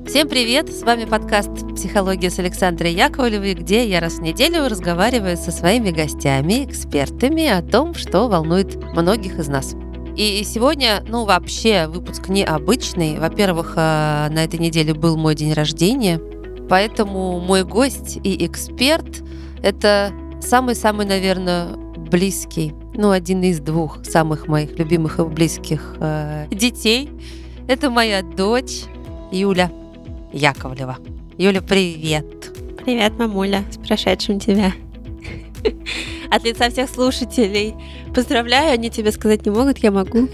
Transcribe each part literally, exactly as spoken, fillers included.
Всем привет! С вами подкаст «Психология» с Александрой Яковлевой, где я раз в неделю разговариваю со своими гостями, экспертами о том, что волнует многих из нас. И сегодня, ну, вообще выпуск необычный. Во-первых, на этой неделе был мой день рождения, поэтому мой гость и эксперт — это самый-самый, наверное, близкий, ну, один из двух самых моих любимых и близких э, детей. Это моя дочь Юля Яковлева. Юля, привет! Привет, мамуля, с прошедшим тебя. От лица всех слушателей поздравляю, они тебе сказать не могут, я могу.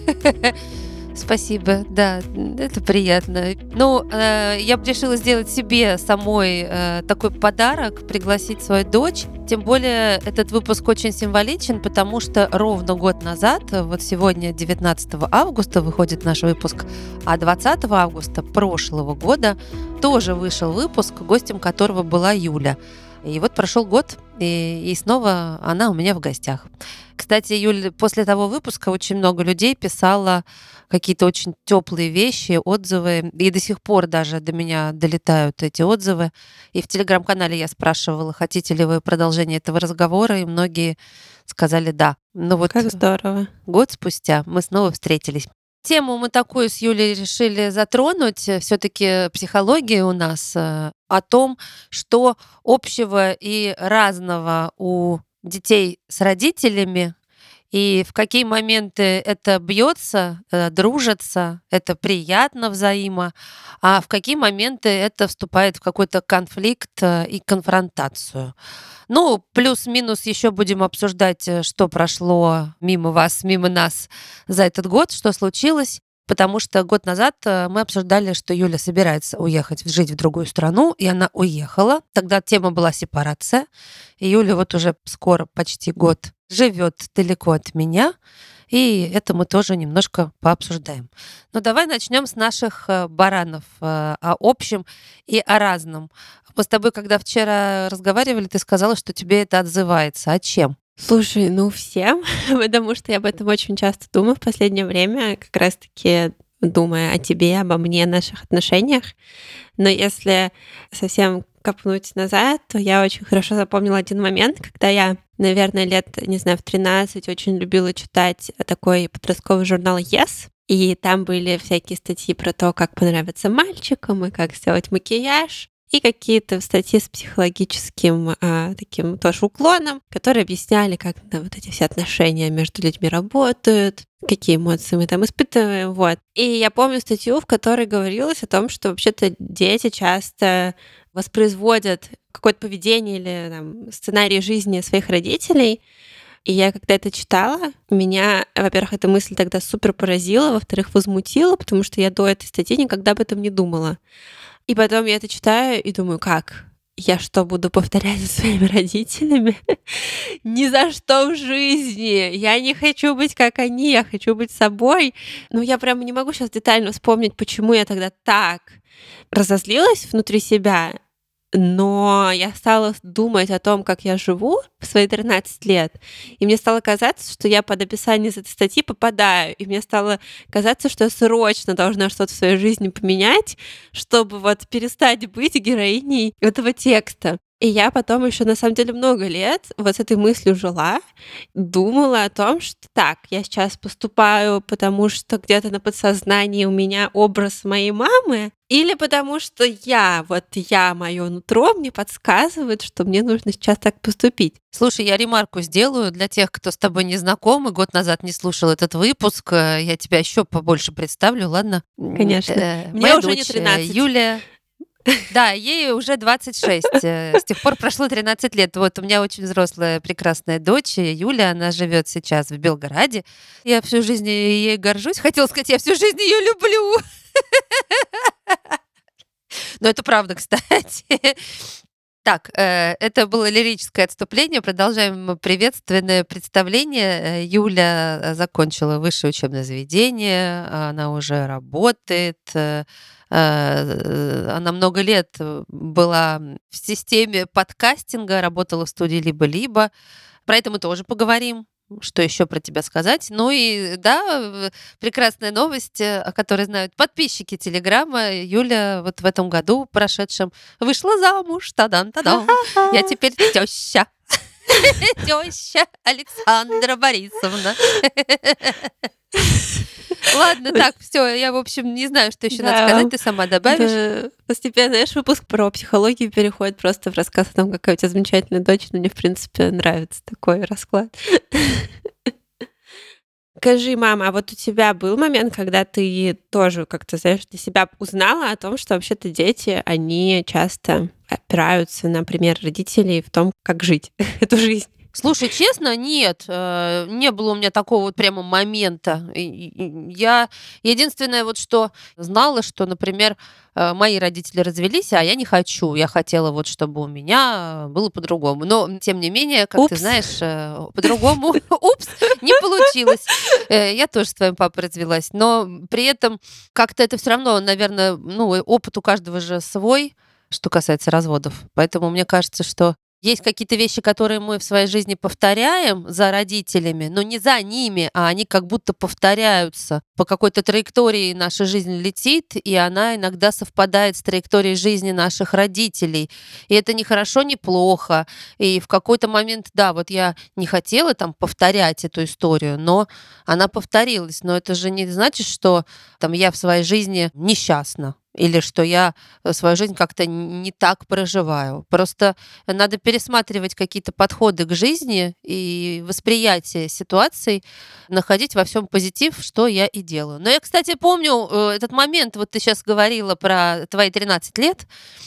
Спасибо, да, это приятно. Ну, э, я бы решила сделать себе самой э, такой подарок, пригласить свою дочь. Тем более этот выпуск очень символичен, потому что ровно год назад, вот сегодня, девятнадцатого августа, выходит наш выпуск, а двадцатого августа прошлого года тоже вышел выпуск, гостем которого была Юля. И вот прошел год, и, и снова она у меня в гостях. Кстати, Юль, после того выпуска очень много людей писало какие-то очень теплые вещи, отзывы, и до сих пор даже до меня долетают эти отзывы. И в телеграм-канале я спрашивала, хотите ли вы продолжение этого разговора, и многие сказали да. Ну вот как здорово. Год спустя мы снова встретились. Тему мы такую с Юлей решили затронуть, все-таки психология у нас, о том, что общего и разного у детей с родителями, и в какие моменты это бьется, дружится, это приятно взаимо, а в какие моменты это вступает в какой-то конфликт и конфронтацию. Ну, плюс-минус еще будем обсуждать, что прошло мимо вас, мимо нас за этот год, что случилось. Потому что год назад мы обсуждали, что Юля собирается уехать жить в другую страну, и она уехала. Тогда тема была сепарация. И Юля вот уже скоро, почти год, живет далеко от меня. И это мы тоже немножко пообсуждаем. Но давай начнем с наших баранов о общем и о разном. Мы с тобой, когда вчера разговаривали, ты сказала, что тебе это отзывается. А чем? Слушай, ну всем, потому что я об этом очень часто думаю в последнее время, как раз-таки думая о тебе, обо мне, о наших отношениях. Но если совсем копнуть назад, то я очень хорошо запомнила один момент, когда я, наверное, лет, не знаю, в тринадцать очень любила читать такой подростковый журнал «Yes», и там были всякие статьи про то, как понравиться мальчикам и как сделать макияж, и какие-то статьи с психологическим а, таким тоже уклоном, которые объясняли, как да, вот эти все отношения между людьми работают, какие эмоции мы там испытываем, вот. И я помню статью, в которой говорилось о том, что вообще-то дети часто воспроизводят какое-то поведение или там, сценарий жизни своих родителей. И я когда это читала, меня, во-первых, эта мысль тогда супер поразила, во-вторых, возмутила, потому что я до этой статьи никогда об этом не думала. И потом я это читаю и думаю, как? Я что, буду повторять за своими родителями? Ни за что в жизни! Я не хочу быть как они, я хочу быть собой. Ну, я прямо не могу сейчас детально вспомнить, почему я тогда так разозлилась внутри себя. Но я стала думать о том, как я живу в свои тринадцать лет, и мне стало казаться, что я под описание этой статьи попадаю, и мне стало казаться, что я срочно должна что-то в своей жизни поменять, чтобы вот перестать быть героиней этого текста. И я потом еще на самом деле много лет вот с этой мыслью жила, думала о том, что так, я сейчас поступаю, потому что где-то на подсознании у меня образ моей мамы, или потому что я, вот я, мое нутро мне подсказывает, что мне нужно сейчас так поступить. Слушай, я ремарку сделаю для тех, кто с тобой не знаком и год назад не слушал этот выпуск. Я тебя еще побольше представлю, ладно? Конечно. Э, Мне моя уже дочь, не тринадцать. Юля. Да, ей уже двадцать шесть. С тех пор прошло тринадцать лет. Вот у меня очень взрослая, прекрасная дочь, Юля, она живет сейчас в Белгороде. Я всю жизнь ей горжусь. Хотела сказать, я всю жизнь ее люблю. Но это правда, кстати. Так, э, это было лирическое отступление. Продолжаем приветственное представление. Юля закончила высшее учебное заведение, она уже работает. э, э, Она много лет была в системе подкастинга, работала в студии «Либо-либо». Про это мы тоже поговорим. что еще про тебя сказать. Ну и да, прекрасная новость, э, о которой знают подписчики Телеграма. Юля вот в этом году прошедшем вышла замуж. Тадан-тадан. Я теперь теща. Теща Александра Борисовна. Ладно, так, все, я, в общем, не знаю, что еще надо сказать, ты сама добавишь. Да. Постепенно, знаешь, выпуск про психологию переходит просто в рассказ о том, какая у тебя замечательная дочь, но мне, в принципе, нравится такой расклад. Скажи, мама, а вот у тебя был момент, когда ты тоже как-то, знаешь, для себя узнала о том, что вообще-то дети, они часто опираются на пример родителей в том, как жить эту жизнь? Слушай, честно, нет, э, не было у меня такого вот прямо момента. И- и- Я единственное вот что знала, что, например, э, мои родители развелись, а я не хочу. Я хотела вот, чтобы у меня было по-другому. Но, тем не менее, как ты Упс. знаешь, э, по-другому, упс, не получилось. Э, Я тоже с твоим папой развелась. Но при этом как-то это все равно, наверное, ну, опыт у каждого же свой, что касается разводов. Поэтому мне кажется, что есть какие-то вещи, которые мы в своей жизни повторяем за родителями, но не за ними, а они как будто повторяются. По какой-то траектории наша жизнь летит, и она иногда совпадает с траекторией жизни наших родителей. И это не хорошо, не плохо. И в какой-то момент, да, вот я не хотела там повторять эту историю, но она повторилась. Но это же не значит, что там я в своей жизни несчастна или что я э, свою жизнь как-то н- не так проживаю. Просто надо пересматривать какие-то подходы к жизни и восприятие ситуаций, находить во всем позитив, что я и делаю. Но я, кстати, помню э, этот момент, вот ты сейчас говорила про твои тринадцать лет,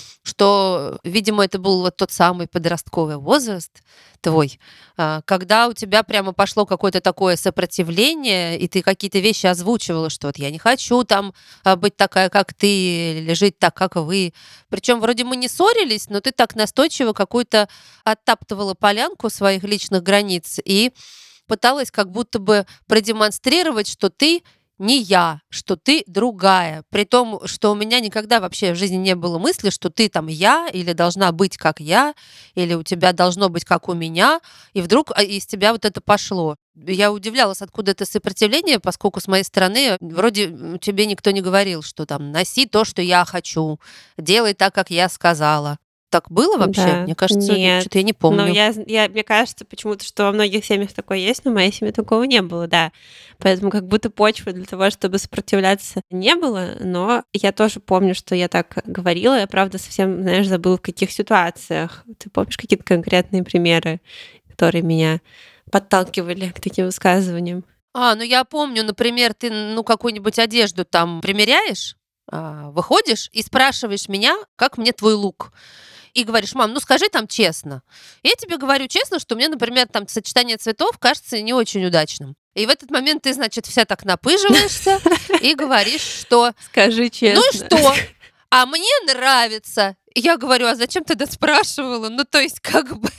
что, видимо, это был вот тот самый подростковый возраст твой, а, когда у тебя прямо пошло какое-то такое сопротивление, и ты какие-то вещи озвучивала, что вот я не хочу там а, быть такая, как ты, или жить так, как вы. Причем вроде мы не ссорились, но ты так настойчиво какую-то оттаптывала полянку своих личных границ и пыталась как будто бы продемонстрировать, что ты не я, что ты другая. При том, что у меня никогда вообще в жизни не было мысли, что ты там я, или должна быть как я, или у тебя должно быть как у меня, и вдруг а, из тебя вот это пошло. Я удивлялась, откуда это сопротивление, поскольку с моей стороны вроде м, тебе никто не говорил, что там носи то, что я хочу, делай так, как я сказала. Так было вообще? Да, Мне кажется, нет. что-то я не Но помню. я, з- я, мне кажется почему-то, что во многих семьях такое есть, но в моей семье такого не было, да. Поэтому как будто почвы для того, чтобы сопротивляться, не было. Но я тоже помню, что я так говорила. Я, правда, совсем, знаешь, забыла, в каких ситуациях. Ты помнишь какие-то конкретные примеры, которые меня подталкивали к таким высказываниям? А, ну я помню, например, ты, ну, какую-нибудь одежду там примеряешь, а, выходишь и спрашиваешь меня, как мне твой лук. И говоришь, мам, ну скажи там честно. Я тебе говорю честно, что мне, например, там сочетание цветов кажется не очень удачным. И в этот момент ты, значит, вся так напыживаешься и говоришь, что Скажи ну и честно. что? А мне нравится. И я говорю, а зачем ты тогда спрашивала? Ну, то есть, как бы...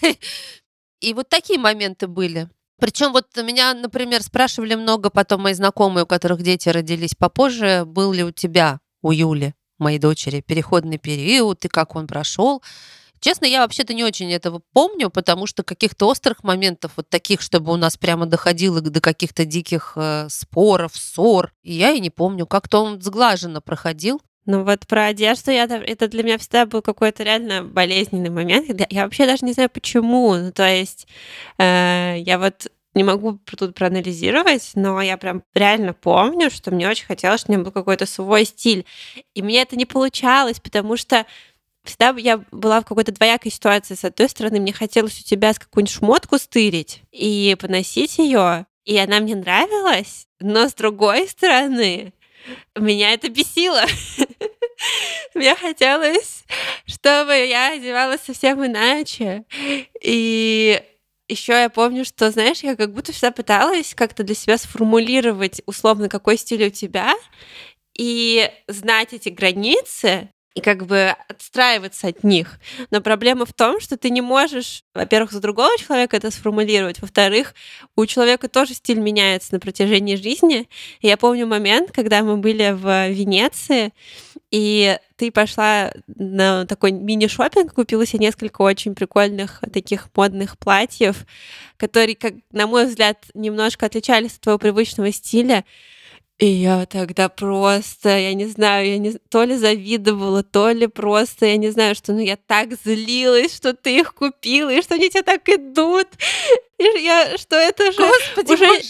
И вот такие моменты были. Причем вот меня, например, спрашивали много потом мои знакомые, у которых дети родились попозже, был ли у тебя, у Юли, моей дочери, переходный период и как он прошел. Честно, я вообще-то не очень этого помню, потому что каких-то острых моментов, вот таких, чтобы у нас прямо доходило до каких-то диких э, споров, ссор, я и не помню. Как-то он сглаженно проходил. Ну вот про одежду я там это для меня всегда был какой-то реально болезненный момент. когда Я вообще даже не знаю почему. Ну, то есть э, я вот не могу пр- тут проанализировать, но я прям реально помню, что мне очень хотелось, чтобы у меня был какой-то свой стиль. И мне это не получалось, потому что всегда я была в какой-то двоякой ситуации. С одной стороны, мне хотелось у тебя с какую-нибудь шмотку стырить и поносить ее, и она мне нравилась, но с другой стороны, меня это бесило. Мне хотелось, чтобы я одевалась совсем иначе. И еще я помню, что, знаешь, я как будто всегда пыталась как-то для себя сформулировать условно, какой стиль у тебя, и знать эти границы, и как бы отстраиваться от них. Но проблема в том, что ты не можешь, во-первых, за другого человека это сформулировать, во-вторых, у человека тоже стиль меняется на протяжении жизни. И я помню момент, когда мы были в Венеции, и ты пошла на такой мини-шоппинг, купила себе несколько очень прикольных таких модных платьев, которые, как, на мой взгляд, немножко отличались от твоего привычного стиля. И я тогда просто, я не знаю, я не, то ли завидовала, то ли просто, я не знаю, что, ну, я так злилась, что ты их купила, и что они тебе так идут, и я, что это же Господи, уже, боже.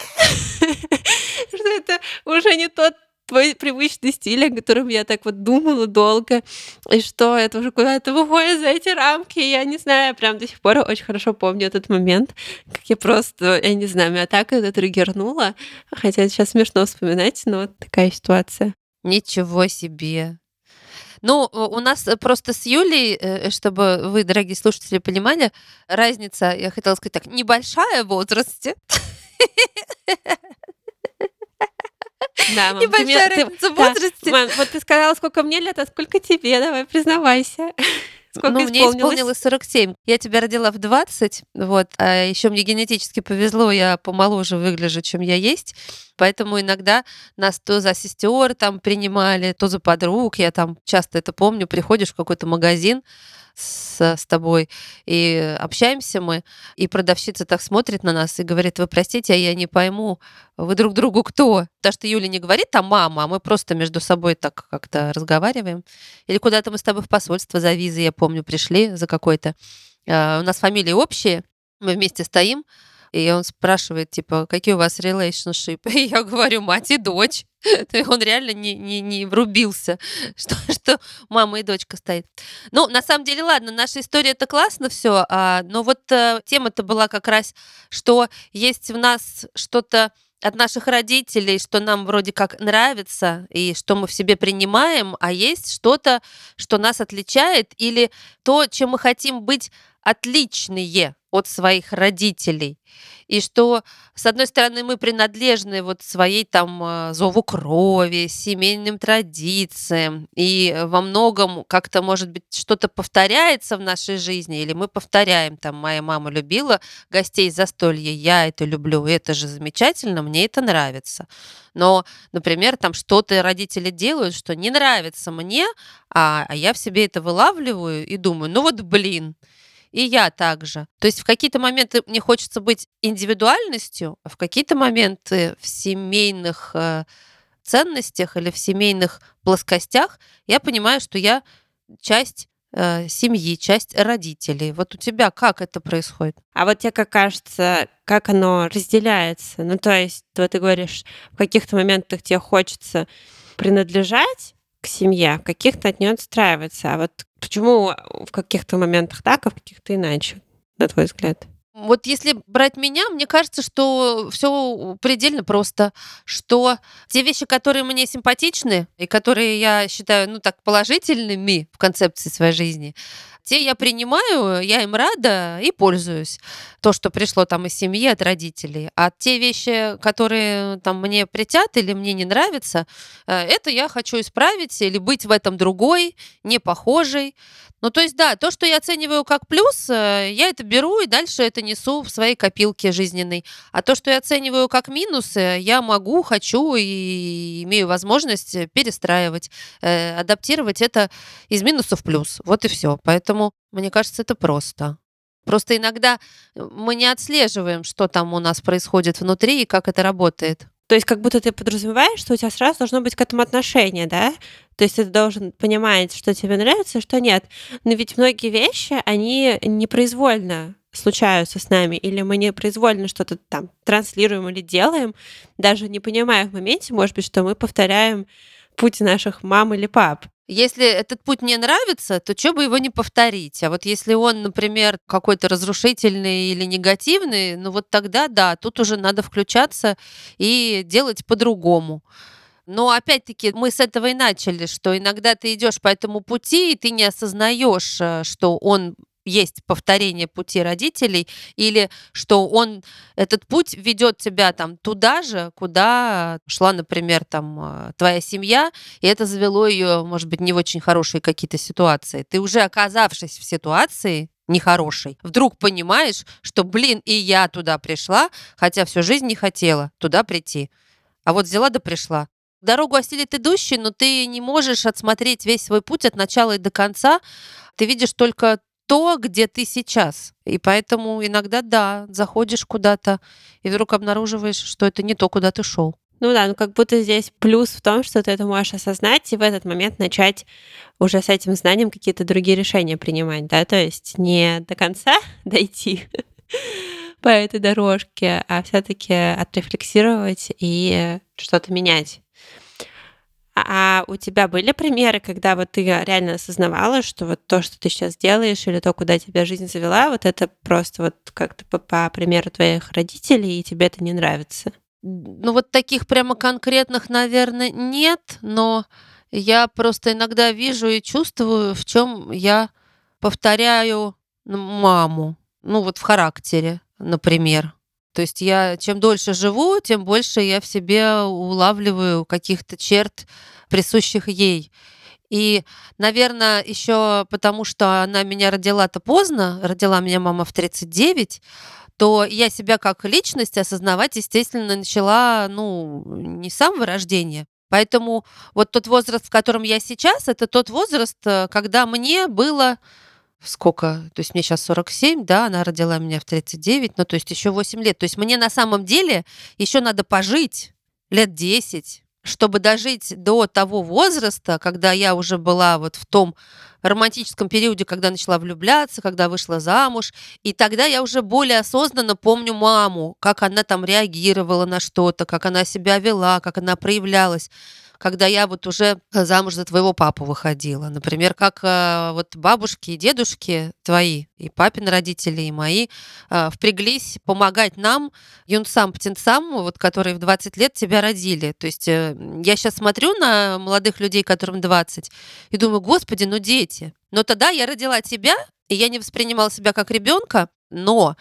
что это уже не тот твой привычный стиль, о котором я так вот думала долго, и что это уже куда-то выходит за эти рамки, я не знаю, я прям до сих пор очень хорошо помню этот момент, как я просто, я не знаю, меня так это триггернуло, хотя сейчас смешно вспоминать, но вот такая ситуация. Ничего себе. Ну, у нас просто с Юлей, э, чтобы вы, дорогие слушатели, понимали, разница, я хотела сказать так, небольшая в возрасте. Да, мам, ты мне, Небольшая ты, разница в да, возрасте. мам, вот ты сказала, сколько мне лет, а сколько тебе, давай, признавайся. Сколько Ну, мне исполнилось? исполнилось сорок семь. Я тебя родила в двадцать, вот, а еще мне генетически повезло, я помоложе выгляжу, чем я есть, поэтому иногда нас то за сестер там принимали, то за подруг, я там часто это помню, приходишь в какой-то магазин с, с тобой, и общаемся мы, и продавщица так смотрит на нас и говорит: вы простите, а я не пойму, вы друг другу кто? Потому что Юля не говорит там мама, а мы просто между собой так как-то разговариваем. Или куда-то мы с тобой в посольство за визой, я помню, пришли за какой-то. А, у нас фамилии общие, мы вместе стоим, и он спрашивает, типа, какие у вас relationship? И я говорю, мать и дочь. И он реально не, не, не врубился, что, что мама и дочка стоит. Ну, на самом деле, ладно, наша история это классно все, а, но вот а, тема-то была как раз, что есть в нас что-то от наших родителей, что нам вроде как нравится и что мы в себе принимаем, а есть что-то, что нас отличает, или то, чем мы хотим быть отличные от своих родителей. И что, с одной стороны, мы принадлежны вот своей там э, зову крови, семейным традициям, и во многом как-то, может быть, что-то повторяется в нашей жизни, или мы повторяем, там, моя мама любила гостей из застолья, я это люблю, это же замечательно, мне это нравится. Но, например, там что-то родители делают, что не нравится мне, а, а я в себе это вылавливаю и думаю, ну вот блин, и я также. То есть в какие-то моменты мне хочется быть индивидуальностью, а в какие-то моменты в семейных э, ценностях или в семейных плоскостях я понимаю, что я часть э, семьи, часть родителей. Вот у тебя как это происходит? А вот тебе как кажется, как оно разделяется? Ну, то есть, вот ты говоришь, в каких-то моментах тебе хочется принадлежать к семье, в каких-то от нее отстраиваться. А вот почему в каких-то моментах так, а в каких-то иначе, на твой взгляд? Вот если брать меня, мне кажется, что все предельно просто, что те вещи, которые мне симпатичны и которые я считаю, ну так, положительными в концепции своей жизни, те я принимаю, я им рада и пользуюсь. То, что пришло там из семьи, от родителей. А те вещи, которые там мне притят или мне не нравятся, э, это я хочу исправить или быть в этом другой, не похожей. Ну, то есть, да, то, что я оцениваю как плюс, э, я это беру и дальше это несу в своей копилке жизненной. А то, что я оцениваю как минус, э, я могу, хочу и имею возможность э, перестраивать, э, адаптировать это из минуса в плюс. Вот и все. Поэтому, мне кажется, это просто. Просто иногда э, мы не отслеживаем, что там у нас происходит внутри и как это работает. То есть как будто ты подразумеваешь, что у тебя сразу должно быть к этому отношение, да? То есть ты должен понимать, что тебе нравится, а что нет. Но ведь многие вещи, они непроизвольно случаются с нами, или мы непроизвольно что-то там транслируем или делаем, даже не понимая в моменте, может быть, что мы повторяем путь наших мам или пап. Если этот путь не нравится, то что бы его не повторить? А вот если он, например, какой-то разрушительный или негативный, ну вот тогда да, тут уже надо включаться и делать по-другому. Но опять-таки мы с этого и начали, что иногда ты идешь по этому пути, и ты не осознаешь, э, что он есть повторение пути родителей или что он, этот путь ведет тебя там туда же, куда шла, например, там а, твоя семья, и это завело ее, может быть, не в очень хорошие какие-то ситуации. Ты уже оказавшись в ситуации нехорошей, вдруг понимаешь, что, блин, и я туда пришла, хотя всю жизнь не хотела туда прийти. А вот взяла да пришла. Дорогу осилит идущий, но ты не можешь отсмотреть весь свой путь от начала и до конца. Ты видишь только то, где ты сейчас. И поэтому иногда, да, заходишь куда-то и вдруг обнаруживаешь, что это не то, куда ты шел. Ну да, ну как будто здесь плюс в том, что ты это можешь осознать и в этот момент начать уже с этим знанием какие-то другие решения принимать, да, то есть не до конца дойти по этой дорожке, а все-таки отрефлексировать и что-то менять. А у тебя были примеры, когда вот ты реально осознавала, что вот то, что ты сейчас делаешь, или то, куда тебя жизнь завела, вот это просто вот как-то по, по примеру твоих родителей, и тебе это не нравится? Ну, вот таких прямо конкретных, наверное, нет, но я просто иногда вижу и чувствую, в чем я повторяю ну, маму. Ну, вот в характере, например. То есть я чем дольше живу, тем больше я в себе улавливаю каких-то черт, присущих ей. И, наверное, еще потому, что она меня родила-то поздно, родила меня мама в тридцать девять, то я себя как личность осознавать, естественно, начала, ну, не с самого рождения. Поэтому вот тот возраст, в котором я сейчас, это тот возраст, э, когда мне было сколько? То есть мне сейчас сорок семь, да, она родила меня в тридцать девять, ну, то есть еще восемь лет. То есть мне на самом деле еще надо пожить лет десять, чтобы дожить до того возраста, когда я уже была вот в том романтическом периоде, когда начала влюбляться, когда вышла замуж. И тогда я уже более осознанно помню маму, как она там реагировала на что-то, как она себя вела, как она проявлялась. Когда я вот уже замуж за твоего папу выходила. Например, как э, вот бабушки и дедушки твои, и папины родители, и мои, э, впряглись помогать нам, юнцам-птенцам, вот, которые в двадцать лет тебя родили. То есть э, я сейчас смотрю на молодых людей, которым двадцать, и думаю, господи, ну дети. Но тогда я родила тебя, и я не воспринимала себя как ребенка, но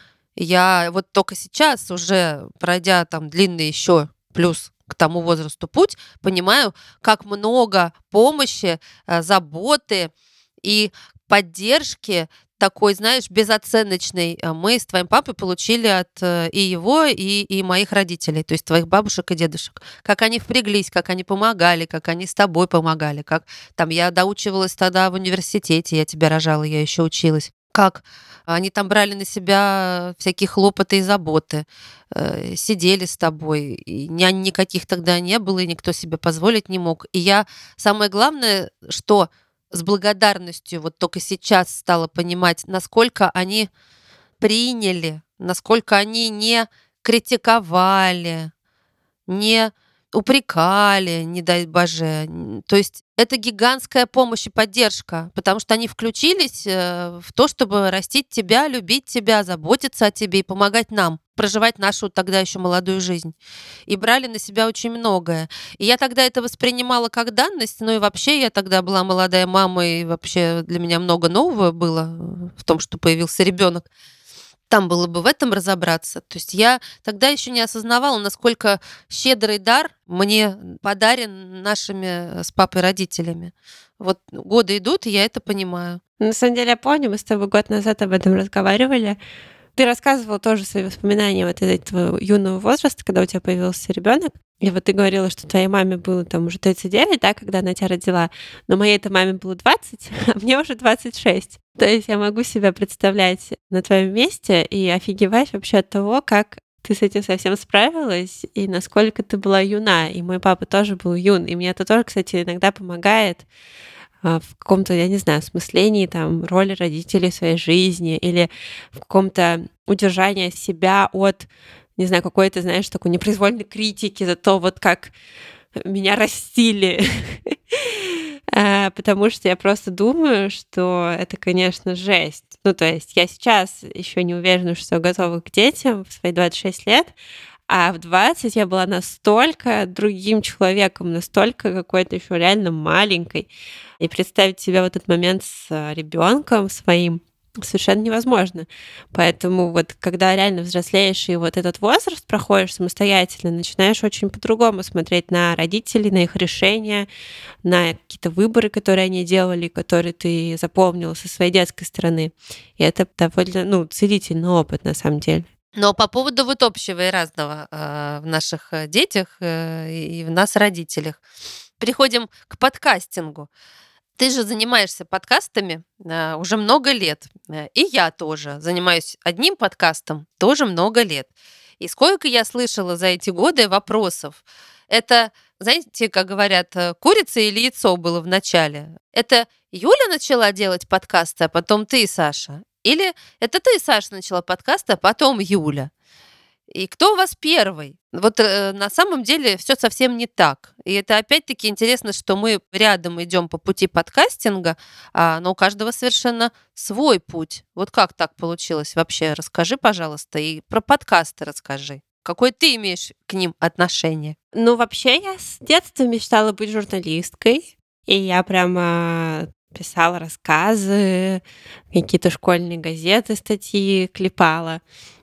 я вот только сейчас, уже пройдя там длинный еще плюс к тому возрасту путь, понимаю, как много помощи, э, заботы и поддержки такой, знаешь, безоценочной э, мы с твоим папой получили от э, и его, и, и моих родителей, то есть твоих бабушек и дедушек. Как они впряглись, как они помогали, как они с тобой помогали, как там я доучивалась тогда в университете, я тебя рожала, я еще училась. Как они там брали на себя всякие хлопоты и заботы, э, сидели с тобой, и нянь никаких тогда не было, и никто себе позволить не мог. И я, самое главное, что с благодарностью вот только сейчас стала понимать, насколько они приняли, насколько они не критиковали, не упрекали, не дай боже. Н- То есть это гигантская помощь и поддержка, потому что они включились э, в то, чтобы растить тебя, любить тебя, заботиться о тебе и помогать нам проживать нашу тогда еще молодую жизнь. И брали на себя очень многое. И я тогда это воспринимала как данность, ну и вообще я тогда была молодая мама, и вообще для меня много нового было э, в том, что появился ребенок. Там было бы в этом разобраться. То есть я тогда еще не осознавала, насколько щедрый дар мне подарен нашими э, с папой родителями. Вот годы идут, и я это понимаю. На самом деле, я помню, мы с тобой год назад об этом разговаривали. Ты рассказывала тоже свои воспоминания вот из этого юного возраста, когда у тебя появился ребенок. И вот ты говорила, что твоей маме было там уже тридцать девять, да, когда она тебя родила, но моей-то маме было двадцать, а мне уже двадцать шесть. То есть я могу себя представлять на твоем месте и офигевать вообще от того, как ты с этим совсем справилась и насколько ты была юна. И мой папа тоже был юн. И мне это тоже, кстати, иногда помогает а, в каком-то, я не знаю, осмыслении там роли родителей в своей жизни или в каком-то удержании себя от, не знаю, какой-то, знаешь, такой непроизвольной критики за то, вот как меня растили. А, Потому что я просто думаю, что это, конечно, жесть. Ну, то есть я сейчас еще не уверена, что готова к детям в свои двадцать шесть лет, а в двадцать я была настолько другим человеком, настолько какой-то еще реально маленькой. И представить себя в этот момент с ребенком своим, совершенно невозможно. Поэтому вот когда реально взрослеешь и вот этот возраст проходишь самостоятельно, начинаешь очень по-другому смотреть на родителей, на их решения, на какие-то выборы, которые они делали, которые ты запомнила со своей детской стороны. И это довольно, ну, целительный опыт на самом деле. Но по поводу вот общего и разного э, в наших э, детях э, и в нас, родителях. Переходим к подкастингу. Ты же занимаешься подкастами э, уже много лет. Э, И я тоже занимаюсь одним подкастом тоже много лет. И сколько я слышала за эти годы вопросов. Это, знаете, как говорят, э, курица или яйцо было в начале? Это Юля начала делать подкасты, а потом ты, Саша? Или это ты, Саша, начала подкасты, а потом Юля? И кто у вас первый? Вот э, на самом деле все совсем не так. И это опять-таки интересно, что мы рядом идем по пути подкастинга, а, но у каждого совершенно свой путь. Вот как так получилось вообще? Расскажи, пожалуйста, и про подкасты расскажи. Какое ты имеешь к ним отношение? Ну, вообще, я с детства мечтала быть журналисткой, и я прямо писала рассказы, какие-то школьные газеты, статьи клепала.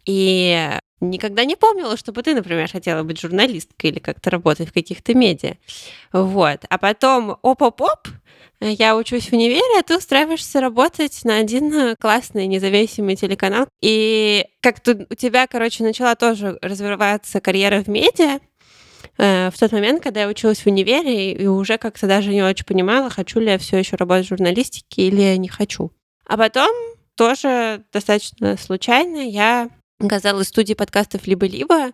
И никогда не помнила, чтобы ты, например, хотела быть журналисткой или как-то работать в каких-то медиа. Вот. А потом оп-оп-оп, я учусь в универе, а ты устраиваешься работать на один э, классный независимый телеканал. И как-то у тебя, короче, начала тоже развиваться карьера в медиа, э, в тот момент, когда я училась в универе, и уже как-то даже не очень понимала, хочу ли я все еще работать в журналистике или я не хочу. А потом тоже достаточно случайно я оказалась в студии подкастов «Либо-либо»,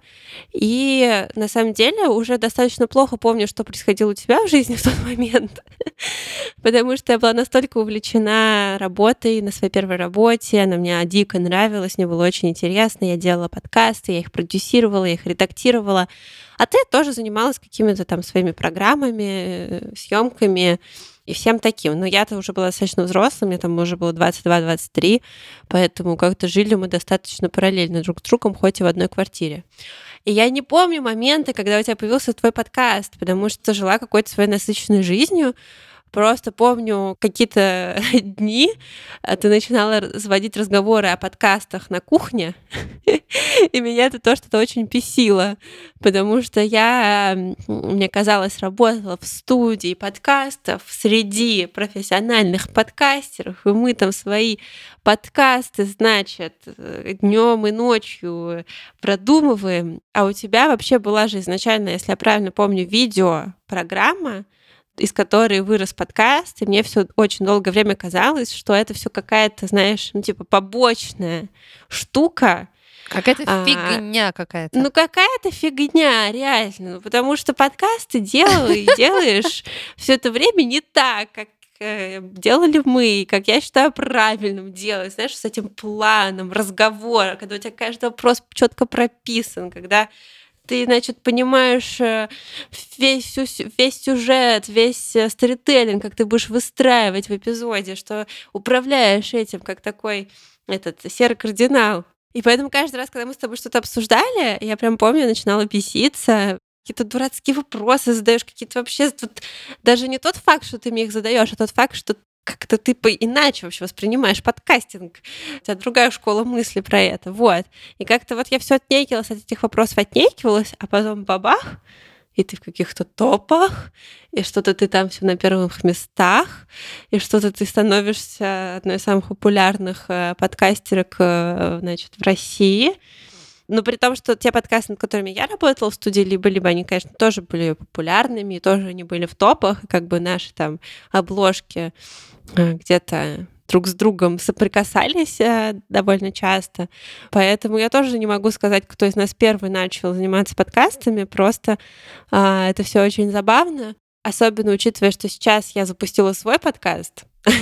и на самом деле уже достаточно плохо помню, что происходило у тебя в жизни в тот момент, потому что я была настолько увлечена работой на своей первой работе, она мне дико нравилась, мне было очень интересно, я делала подкасты, я их продюсировала, я их редактировала, а ты тоже занималась какими-то там своими программами, съемками и всем таким. Но я-то уже была достаточно взрослой, мне там уже было двадцать два двадцать три, поэтому как-то жили мы достаточно параллельно друг с другом, хоть и в одной квартире. И я не помню моменты, когда у тебя появился твой подкаст, потому что жила какой-то своей насыщенной жизнью. Просто помню какие-то дни, а, ты начинала заводить разговоры о подкастах на кухне, и меня это то что-то очень бесило, потому что я, м, мне казалось, работала в студии подкастов среди профессиональных подкастеров, и мы там свои подкасты, значит, днем и ночью продумываем, а у тебя вообще была же изначально, если я правильно помню, видеопрограмма, из которой вырос подкаст, и мне все очень долгое время казалось, что это все какая-то, знаешь, ну, типа побочная штука. Какая-то А, фигня какая-то. ну, какая-то фигня, реально. Ну, потому что подкасты делаешь, делаешь все это время не так, как э, делали мы, как я считаю правильным делать, знаешь, с этим планом разговора, когда у тебя каждый вопрос четко прописан, когда ты, значит, понимаешь э, весь, всю сю- весь сюжет, весь э, сторителлинг, как ты будешь выстраивать в эпизоде, что управляешь этим, как такой этот серый кардинал. И поэтому каждый раз, когда мы с тобой что-то обсуждали, я прям помню, я начинала беситься, какие-то дурацкие вопросы задаешь, какие-то вообще тут даже не тот факт, что ты мне их задаешь, а тот факт, что как-то ты по- иначе вообще воспринимаешь подкастинг. У тебя другая школа мысли про это. Вот. И как-то вот я все отнекивалась от этих вопросов, отнекивалась, а потом бабах, и ты в каких-то топах, и что-то ты там все на первых местах, и что-то ты становишься одной из самых популярных э, подкастерок, э, значит, в России. Но при том, что те подкасты, над которыми я работала в студии, либо-либо, они, конечно, тоже были популярными, и тоже они были в топах, и как бы наши там обложки э, где-то друг с другом соприкасались э, довольно часто. Поэтому я тоже не могу сказать, кто из нас первый начал заниматься подкастами. Просто э, это все очень забавно. Особенно учитывая, что сейчас я запустила свой подкаст.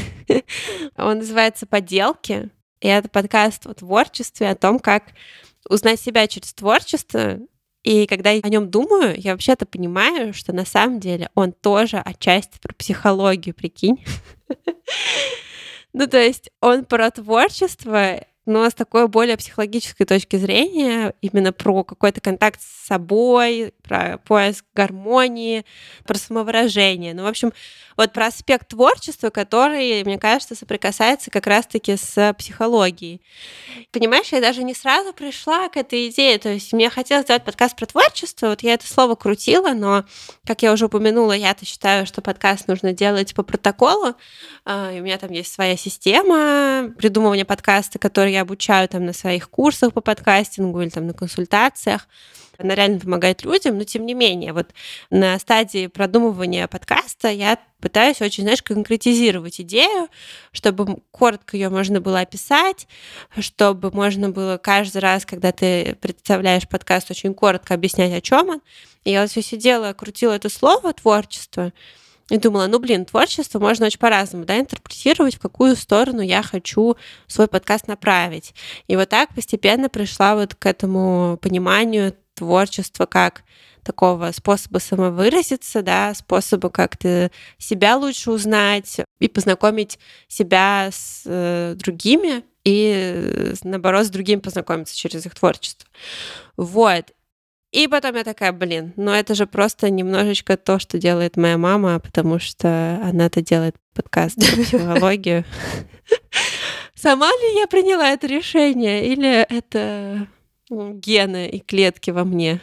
Он называется «Поделки». И это подкаст о творчестве, о том, как узнать себя через творчество. И когда я о нем думаю, я вообще-то понимаю, что на самом деле он тоже отчасти про психологию, прикинь. Ну, то есть он про творчество, но с такой более психологической точки зрения, именно про какой-то контакт с собой, про поиск гармонии, про самовыражение. Ну, в общем, вот про аспект творчества, который, мне кажется, соприкасается как раз-таки с психологией. Понимаешь, я даже не сразу пришла к этой идее. То есть мне хотелось сделать подкаст про творчество. Вот я это слово крутила, но, как я уже упомянула, я-то считаю, что подкаст нужно делать по протоколу. И у меня там есть своя система придумывания подкаста, который я обучаю там на своих курсах по подкастингу или там на консультациях. Она реально помогает людям, но тем не менее, вот на стадии продумывания подкаста я пытаюсь очень, знаешь, конкретизировать идею, чтобы коротко ее можно было описать, чтобы можно было каждый раз, когда ты представляешь подкаст, очень коротко объяснять, о чем он. И я вот все сидела, крутила это слово «творчество», и думала, ну, блин, творчество можно очень по-разному, да, интерпретировать, в какую сторону я хочу свой подкаст направить. И вот так постепенно пришла вот к этому пониманию творчества как такого способа самовыразиться, да, способа как-то себя лучше узнать и познакомить себя с э, другими и, наоборот, с другими познакомиться через их творчество. Вот. И потом я такая, блин, ну это же просто немножечко то, что делает моя мама, потому что она-то делает подкаст про психологию. Сама ли я приняла это решение, или это гены и клетки во мне?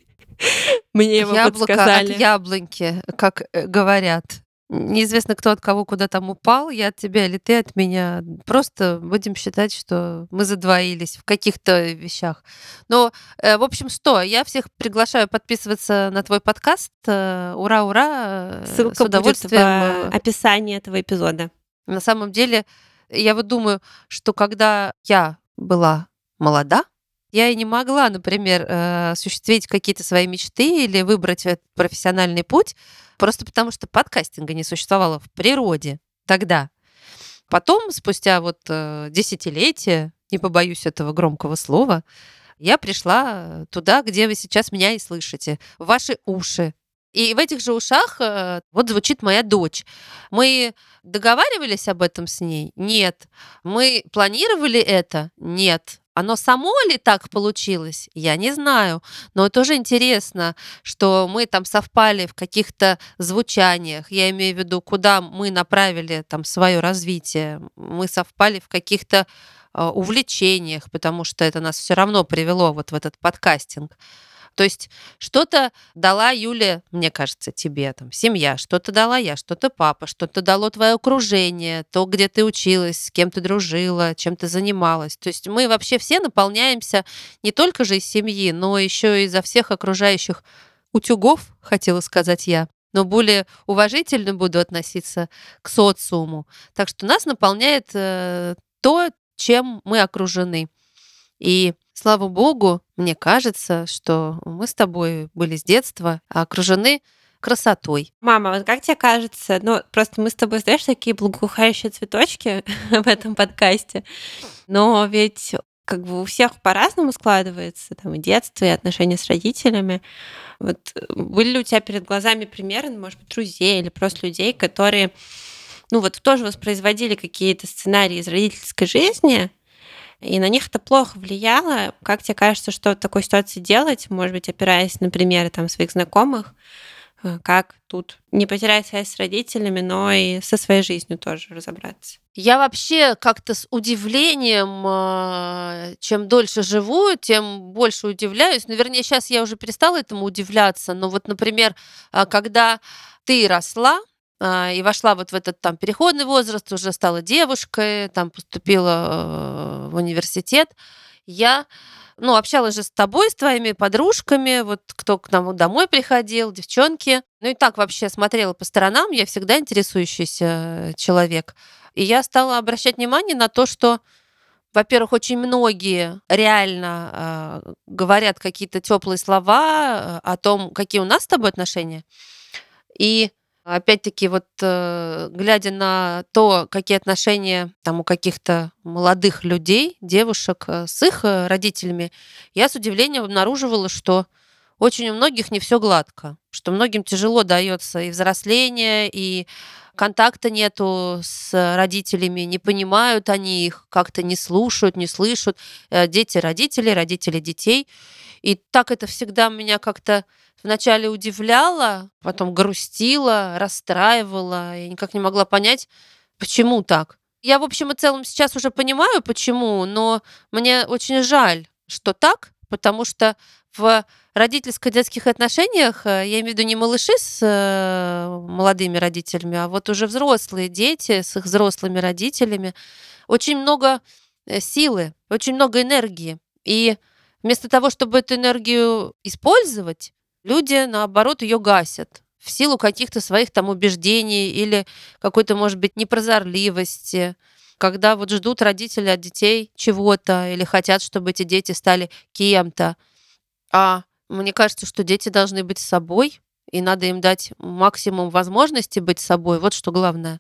Мне его Яблоко подсказали. от яблоньки, как э, говорят. Неизвестно, кто от кого куда там упал, я от тебя или ты от меня. Просто будем считать, что мы задвоились в каких-то вещах. Но, э, в общем, что? Я всех приглашаю подписываться на твой подкаст. Э, Ура, ура! э, С Ссылка будет в удовольствием. э, э, описании этого эпизода. На самом деле, я вот думаю, что когда я была молода, я и не могла, например, э, осуществить какие-то свои мечты или выбрать этот профессиональный путь, просто потому что подкастинга не существовало в природе тогда. Потом, спустя вот э, десятилетия, не побоюсь этого громкого слова, я пришла туда, где вы сейчас меня и слышите, в ваши уши. И в этих же ушах э, вот звучит моя дочь. Мы договаривались об этом с ней? Нет. Мы планировали это? Нет. Оно само ли так получилось? Я не знаю. Но тоже интересно, что мы там совпали в каких-то звучаниях. Я имею в виду, куда мы направили там свое развитие. Мы совпали в каких-то э, увлечениях, потому что это нас все равно привело вот в этот подкастинг. То есть что-то дала Юля, мне кажется, тебе, там, семья, что-то дала я, что-то папа, что-то дало твое окружение, то, где ты училась, с кем ты дружила, чем ты занималась. То есть мы вообще все наполняемся не только же из семьи, но еще и изо всех окружающих утюгов, хотела сказать я. Но более уважительно буду относиться к социуму. Так что нас наполняет э, то, чем мы окружены. И слава богу, мне кажется, что мы с тобой были с детства окружены красотой. Мама, вот как тебе кажется, ну, просто мы с тобой, знаешь, такие благоухающие цветочки в этом подкасте, но ведь как бы у всех по-разному складывается, там, и детство, и отношения с родителями. Вот были ли у тебя перед глазами примеры, ну, может быть, друзей или просто людей, которые, ну, вот тоже воспроизводили какие-то сценарии из родительской жизни, и на них это плохо влияло? Как тебе кажется, что в такой ситуации делать, может быть, опираясь на примеры там своих знакомых, э, как тут не потерять связь с родителями, но и со своей жизнью тоже разобраться? Я вообще как-то с удивлением, а, чем дольше живу, тем больше удивляюсь. Ну, вернее, сейчас я уже перестала этому удивляться, но вот, например, а, когда ты росла, а, и вошла вот в этот там переходный возраст, уже стала девушкой, там поступила э, в университет, я, ну, общалась же с тобой, с твоими подружками, вот кто к нам вот домой приходил, девчонки. Ну и так вообще смотрела по сторонам, я всегда интересующийся человек. И я стала обращать внимание на то, что, во-первых, очень многие реально э, говорят какие-то теплые слова э, о том, какие у нас с тобой отношения. И опять-таки, вот э, глядя на то, какие отношения там у каких-то молодых людей, девушек э, с их э, родителями, я с удивлением обнаруживала, что очень у многих не все гладко, что многим тяжело дается и взросление, и контакта нету с родителями, не понимают они их, как-то не слушают, не слышат. Э, Дети родителей, родители детей. И так это всегда меня как-то вначале удивляло, потом грустило, расстраивало. Я никак не могла понять, почему так. Я, в общем и целом, сейчас уже понимаю, почему, но мне очень жаль, что так, потому что в родительско-детских отношениях, э, я имею в виду не малыши с э, молодыми родителями, а вот уже взрослые дети с их взрослыми родителями, очень много э, силы, очень много энергии. И вместо того, чтобы эту энергию использовать, люди, наоборот, ее гасят в силу каких-то своих там убеждений или какой-то, может быть, непрозорливости, когда вот ждут родители от детей чего-то или хотят, чтобы эти дети стали кем-то. А мне кажется, что дети должны быть собой, и надо им дать максимум возможности быть собой. Вот что главное.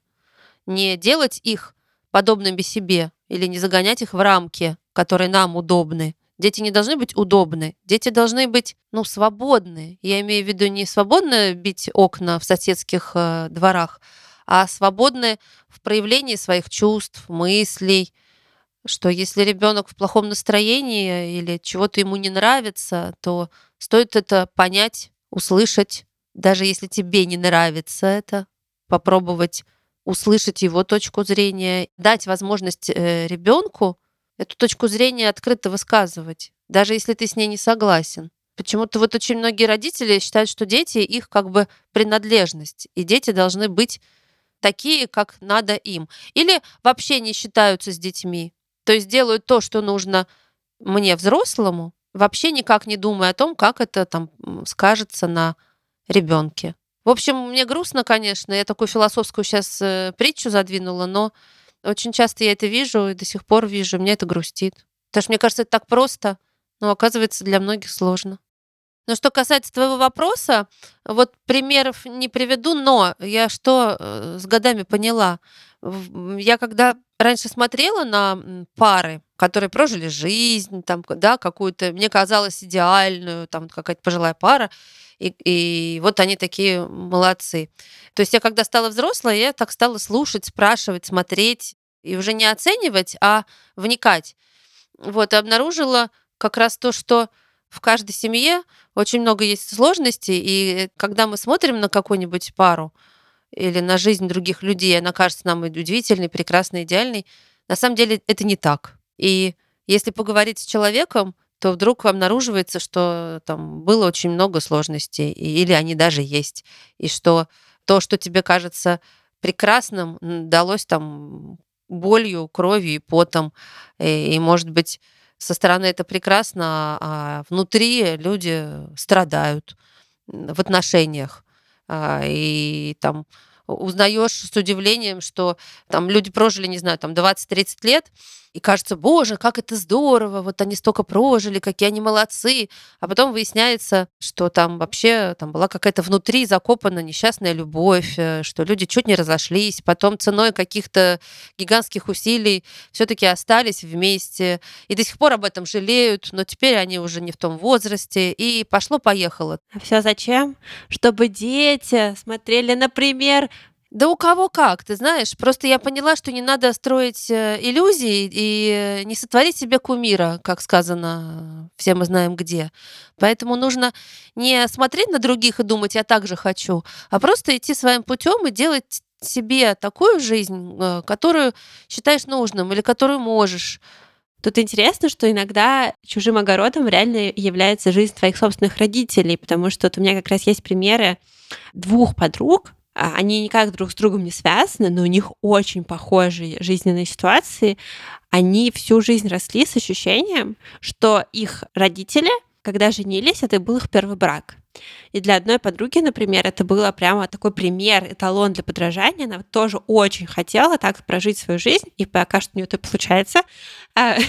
Не делать их подобными себе или не загонять их в рамки, которые нам удобны. Дети не должны быть удобны. Дети должны быть, ну, свободны. Я имею в виду не свободно бить окна в соседских э, дворах, а свободны в проявлении своих чувств, мыслей, что если ребенок в плохом настроении или чего-то ему не нравится, то стоит это понять, услышать, даже если тебе не нравится это, попробовать услышать его точку зрения, дать возможность э, ребенку эту точку зрения открыто высказывать, даже если ты с ней не согласен. Почему-то вот очень многие родители считают, что дети их как бы принадлежность, и дети должны быть такие, как надо им. Или вообще не считаются с детьми. То есть делают то, что нужно мне, взрослому, вообще никак не думая о том, как это там м, скажется на ребенке. В общем, мне грустно, конечно. Я такую философскую сейчас притчу задвинула, но очень часто я это вижу и до сих пор вижу. Мне это грустит. Потому что мне кажется, это так просто, но оказывается для многих сложно. Но что касается твоего вопроса, вот примеров не приведу, но я что э, с годами поняла. В- Я когда раньше смотрела на м, пары, которые прожили жизнь, там, к- да, какую-то, мне казалось, идеальную, там какая-то пожилая пара, и, и вот они такие молодцы. То есть я когда стала взрослой, я так стала слушать, спрашивать, смотреть, и уже не оценивать, а вникать. Вот, и обнаружила как раз то, что в каждой семье очень много есть сложностей, и когда мы смотрим на какую-нибудь пару или на жизнь других людей, она кажется нам удивительной, прекрасной, идеальной, на самом деле это не так. И если поговорить с человеком, то вдруг обнаруживается, что там было очень много сложностей, и- или они даже есть, и что то, что тебе кажется прекрасным, м, далось там болью, кровью и потом. И, и, может быть, со стороны это прекрасно, а внутри люди страдают м, в отношениях. А, И там узнаешь с удивлением, что там люди прожили, не знаю, там двадцать-тридцать лет, и кажется, боже, как это здорово, вот они столько прожили, какие они молодцы. А потом выясняется, что там вообще там была какая-то внутри закопана несчастная любовь, э, что люди чуть не разошлись, потом ценой каких-то гигантских усилий все-таки остались вместе и до сих пор об этом жалеют, но теперь они уже не в том возрасте, и пошло-поехало. А все зачем? Чтобы дети смотрели, например, Да у кого как, ты знаешь. Просто я поняла, что не надо строить э, иллюзии и э, не сотворить себе кумира, как сказано, все мы знаем где. Поэтому нужно не смотреть на других и думать, я так же хочу, а просто идти своим путем и делать себе такую жизнь, э, которую считаешь нужным или которую можешь. тут интересно, что иногда чужим огородом реально является жизнь твоих собственных родителей, потому что вот у меня как раз есть примеры двух подруг, а, они никак друг с другом не связаны, но у них очень похожие жизненные ситуации. Они всю жизнь росли с ощущением, что их родители, когда женились, это был их первый брак. И для одной подруги, например, это было прямо такой пример, эталон для подражания. Она вот тоже очень хотела так прожить свою жизнь, и пока что у нее это получается, а,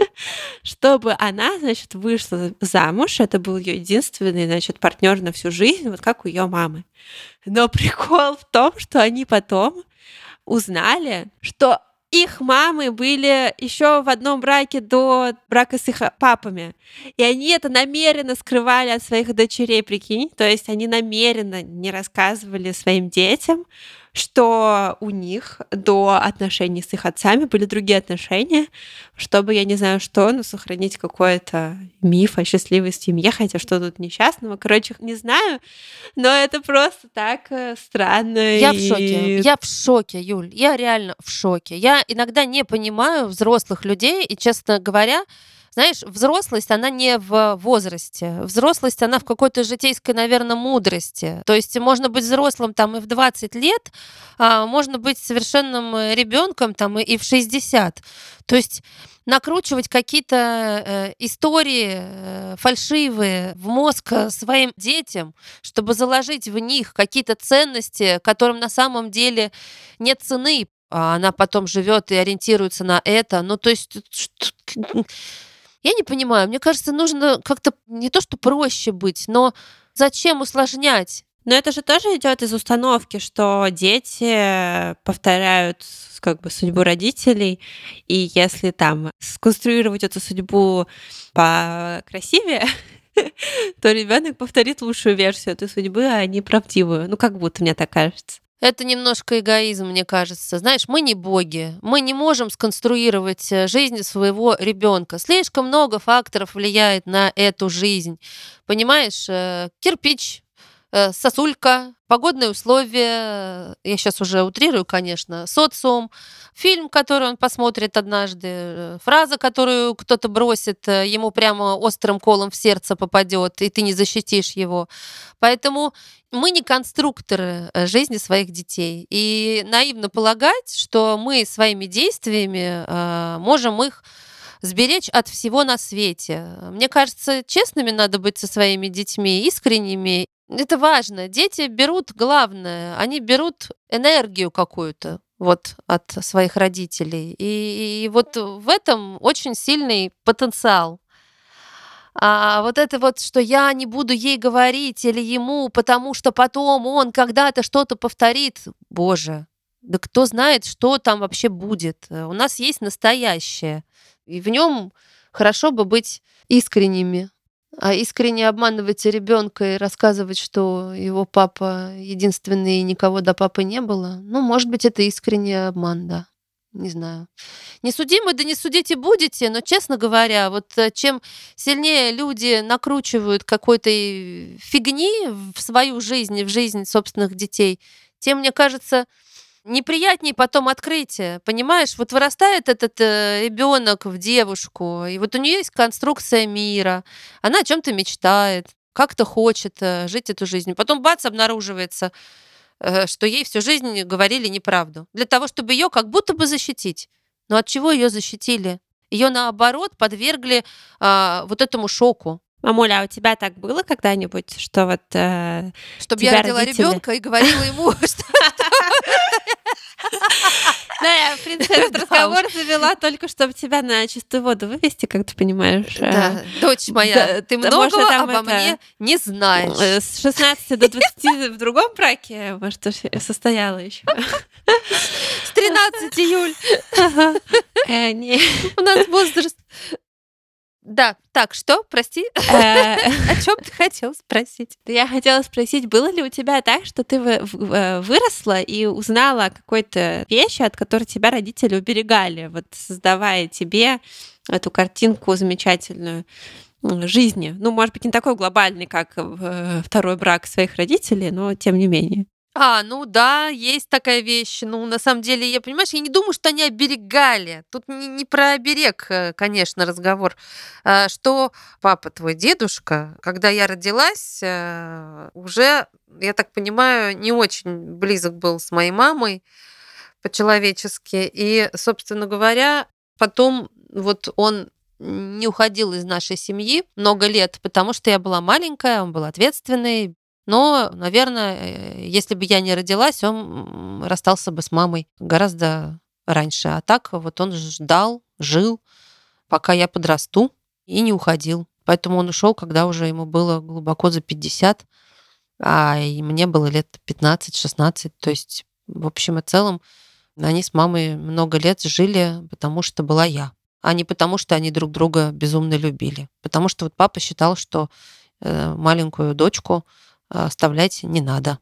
чтобы она, значит, вышла замуж. Это был ее единственный, значит, партнер на всю жизнь, вот как у ее мамы. Но прикол в том, что они потом узнали, что их мамы были еще в одном браке до брака с их папами. И они это намеренно скрывали от своих дочерей, прикинь. То есть они намеренно не рассказывали своим детям, что у них до отношений с их отцами были другие отношения, чтобы, я не знаю что, но сохранить какой-то миф о счастливой семье, хотя что тут несчастного. Короче, не знаю, но это просто так э, странно. Я в шоке. И Я в шоке, Юль. Я реально в шоке. Я иногда не понимаю взрослых людей, и, честно говоря, знаешь, взрослость, она не в возрасте. Взрослость, она в какой-то житейской, наверное, мудрости. То есть можно быть взрослым там и в двадцать лет, а можно быть совершенным ребенком там и и в шестьдесят. То есть накручивать какие-то э, истории э, фальшивые в мозг э, своим детям, чтобы заложить в них какие-то ценности, которым на самом деле нет цены, а она потом живет и ориентируется на это. Ну, то есть, что- я не понимаю, мне кажется, нужно как-то не то, что проще быть, но зачем усложнять? Но это же тоже идет из установки, что дети повторяют с- как бы судьбу родителей, и если там сконструировать эту судьбу покрасивее, то ребенок повторит лучшую версию этой судьбы, а не правдивую. Ну, как будто мне так кажется. Это немножко эгоизм, мне кажется. Знаешь, мы не боги. Мы не можем сконструировать э, жизнь своего ребенка. Слишком много факторов влияет на эту жизнь. Понимаешь, э, кирпич, э, сосулька, погодные условия, э, я сейчас уже утрирую, конечно, социум, фильм, который он посмотрит однажды, э, фраза, которую кто-то бросит, э, ему прямо острым колом в сердце попадет, и ты не защитишь его. Поэтому мы не конструкторы э, жизни своих детей. И наивно полагать, что мы своими действиями э, можем их сберечь от всего на свете. Мне кажется, честными надо быть со своими детьми, искренними. Это важно. Дети берут главное, они берут энергию какую-то вот от своих родителей. И, и вот в этом очень сильный потенциал. А вот это вот, что я не буду ей говорить или ему, потому что потом он когда-то что-то повторит. Боже, да кто знает, что там вообще будет. Э, У нас есть настоящее, и в нем хорошо бы быть искренними. А искренне обманывать ребенка и рассказывать, что его папа единственный и никого до папы не было, ну, может быть, это искренний обман, да. Не знаю. Не судимы, да не судите будете, но, честно говоря, вот э, чем сильнее люди накручивают какой-то и фигни в свою жизнь и в жизнь собственных детей, тем, мне кажется, неприятнее потом открытие. Понимаешь, вот вырастает этот ребенок в девушку, и вот у нее есть конструкция мира, она о чем-то мечтает, как-то хочет э, жить эту жизнь. Потом бац, обнаруживается, э, что ей всю жизнь говорили неправду. Для того, чтобы ее как будто бы защитить. Но от чего ее защитили? Ее наоборот подвергли а, вот этому шоку. Мамуля, а у тебя так было когда-нибудь, что вот э, Чтобы я тебя родила родители... ребенка и говорила ему, что Да, я, в принципе, этот Да уж. разговор завела только, чтобы тебя на чистую воду вывести, как ты понимаешь. э, да, дочь моя, да, ты да, может, многого там обо это, мне не э, знаешь. С шестнадцати до двадцати в другом браке, может, уж и состояла еще. С тринадцати, Юль, Э, не. у нас возраст. Да, так, что, прости, Э, о чем ты хотел спросить? Да я хотела спросить, было ли у тебя так, что ты вы- в- э, выросла и узнала о какой-то вещи, от которой тебя родители уберегали, вот создавая тебе эту картинку замечательную м, жизни? Ну, может быть, не такой глобальный, как э, второй брак своих родителей, но тем не менее. А, ну да, есть такая вещь. Ну, на самом деле, я, понимаешь, я не думаю, что они оберегали. Тут не, не про оберег, э, конечно, разговор. А, Что папа твой, дедушка, когда я родилась, э, уже, я так понимаю, не очень близок был с моей мамой по-человечески. И, собственно говоря, потом вот он не уходил из нашей семьи много лет, потому что я была маленькая, он был ответственный. Но, наверное, э, если бы я не родилась, он м, расстался бы с мамой гораздо раньше. А так вот он ждал, жил, пока я подрасту, и не уходил. Поэтому он ушел, когда уже ему было глубоко за пятьдесят, а и мне было лет пятнадцать-шестнадцать. То есть, в общем и целом, они с мамой много лет жили, потому что была я, а не потому, что они друг друга безумно любили. Потому что вот папа считал, что э, маленькую дочку э, оставлять не надо.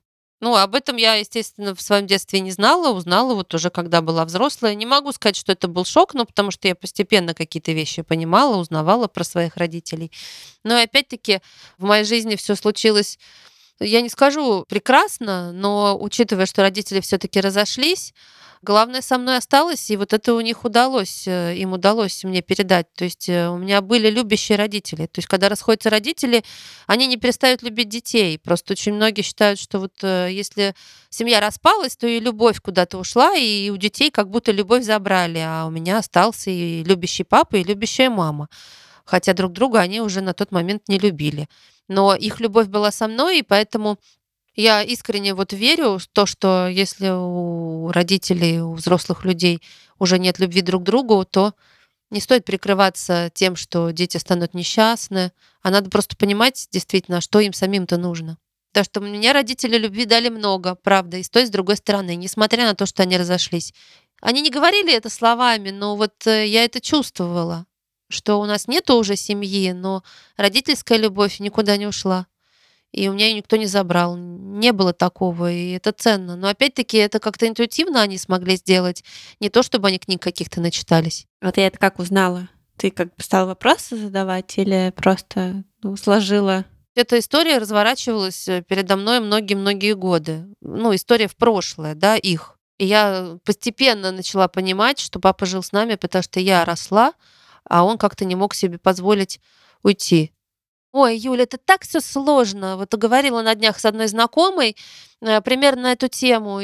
Ну, об этом я, естественно, в своем детстве не знала, узнала вот уже когда была взрослая. Не могу сказать, что это был шок, но потому что я постепенно какие-то вещи понимала, узнавала про своих родителей. Но и опять-таки в моей жизни все случилось, я не скажу прекрасно, но учитывая, что родители все-таки разошлись, главное со мной осталось, и вот это у них удалось, э, им удалось мне передать. То есть э, у меня были любящие родители. То есть когда расходятся родители, они не перестают любить детей. Просто очень многие считают, что вот э, если семья распалась, то и любовь куда-то ушла, и у детей как будто любовь забрали, а у меня остался и любящий папа, и любящая мама. Хотя друг друга они уже на тот момент не любили. Но их любовь была со мной, и поэтому я искренне вот верю в то, что если у родителей, у взрослых людей уже нет любви друг к другу, то не стоит прикрываться тем, что дети станут несчастны, а надо просто понимать действительно, что им самим-то нужно. Потому что мне родители любви дали много, правда, и с той, и с другой стороны, несмотря на то, что они разошлись. Они не говорили это словами, но вот э, я это чувствовала, что у нас нету уже семьи, но родительская любовь никуда не ушла. И у меня её никто не забрал. Не было такого, и это ценно. Но опять-таки это как-то интуитивно они смогли сделать. Не то, чтобы они книг каких-то начитались. А ты это как узнала? Ты как бы стала вопросы задавать или просто, ну, сложила? Эта история разворачивалась э, передо мной многие-многие годы. Ну, история в прошлое, да, их. И я постепенно начала понимать, что папа жил с нами, потому что я росла, а он как-то не мог себе позволить уйти. Ой, Юля, это так все сложно. Вот говорила на днях с одной знакомой, э, примерно на эту тему,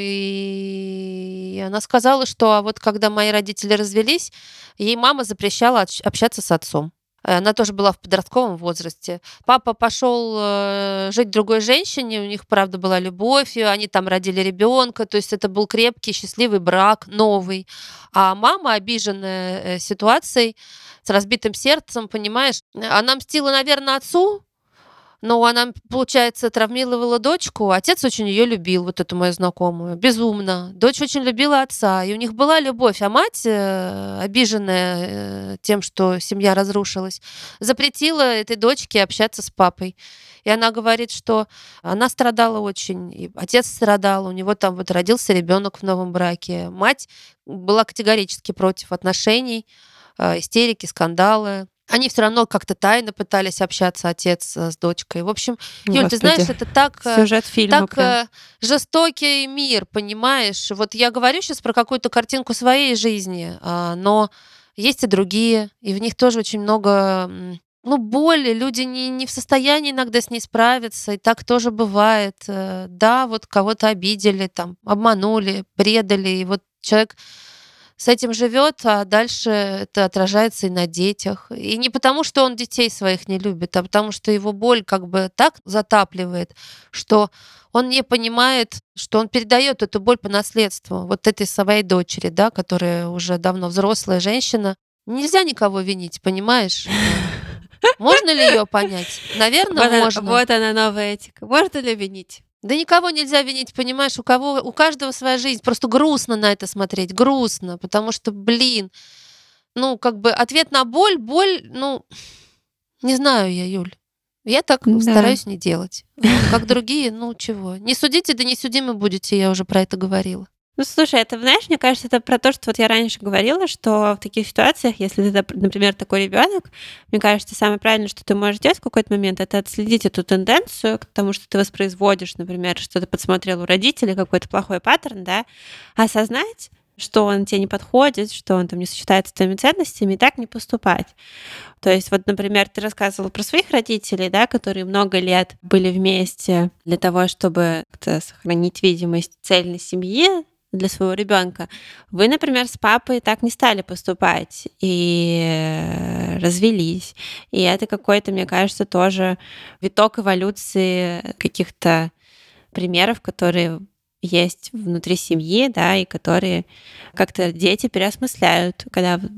и она сказала, что а вот когда мои родители развелись, ей мама запрещала отщ общаться с отцом. Э, она тоже была в подростковом возрасте. Папа пошел, э, жить к другой женщине, у них, правда, была любовь, и они там родили ребенка, то есть это был крепкий, счастливый брак, новый. А мама, обиженная, э, ситуацией, с разбитым сердцем, понимаешь, она мстила, наверное, отцу, но она, получается, травмировала дочку. Отец очень ее любил, вот эту мою знакомую, безумно. Дочь очень любила отца, и у них была любовь. А мать, э, обиженная э, тем, что семья разрушилась, запретила этой дочке общаться с папой. И она говорит, что она страдала очень, и отец страдал, у него там вот родился ребенок в новом браке. Мать была категорически против отношений, э, истерики, скандалы. Они все равно как-то тайно пытались общаться, отец э, с дочкой. В общем, Юль, ты Господи, знаешь, это так, э, сюжет фильма так прям. э, жестокий мир, понимаешь? Вот я говорю сейчас про какую-то картинку своей жизни, а, но есть и другие, и в них тоже очень много, м, ну, боли. Люди не, не в состоянии иногда с ней справиться, и так тоже бывает. Э, Да, вот кого-то обидели, там, обманули, предали, и вот человек с этим живет, а дальше это отражается и на детях. И не потому, что он детей своих не любит, а потому что его боль как бы так затапливает, что он не понимает, что он передает эту боль по наследству вот этой своей дочери, да, которая уже давно взрослая женщина. Нельзя никого винить, понимаешь? Э, Можно ли ее понять? Наверное, Вот она, можно. вот она новая этика. Можно ли винить? Да никого нельзя винить, понимаешь, у кого, у каждого своя жизнь. Просто грустно на это смотреть, грустно, потому что, блин, ну, как бы ответ на боль, боль, ну, не знаю я, Юль. Я так Да. стараюсь не делать. А как другие, ну, чего. Не судите, да не судимы будете, я уже про это говорила. Ну, слушай, это, знаешь, мне кажется, это про то, что вот я раньше говорила, что в таких ситуациях, если ты, доп- например, такой ребенок, мне кажется, самое правильное, что ты можешь делать в какой-то момент, это отследить эту тенденцию к тому, что ты воспроизводишь, например, что ты подсмотрел у родителей, какой-то плохой паттерн, да, осознать, что он тебе не подходит, что он там не сочетается с твоими ценностями, и так не поступать. То есть вот, например, ты рассказывала про своих родителей, да, которые много лет были вместе для того, чтобы как-то сохранить видимость цельной семьи для своего ребенка. Вы, например, с папой так не стали поступать и э, развелись. И это какой-то, мне кажется, тоже виток эволюции каких-то примеров, которые есть внутри семьи, да, и которые как-то дети переосмысляют, когда в-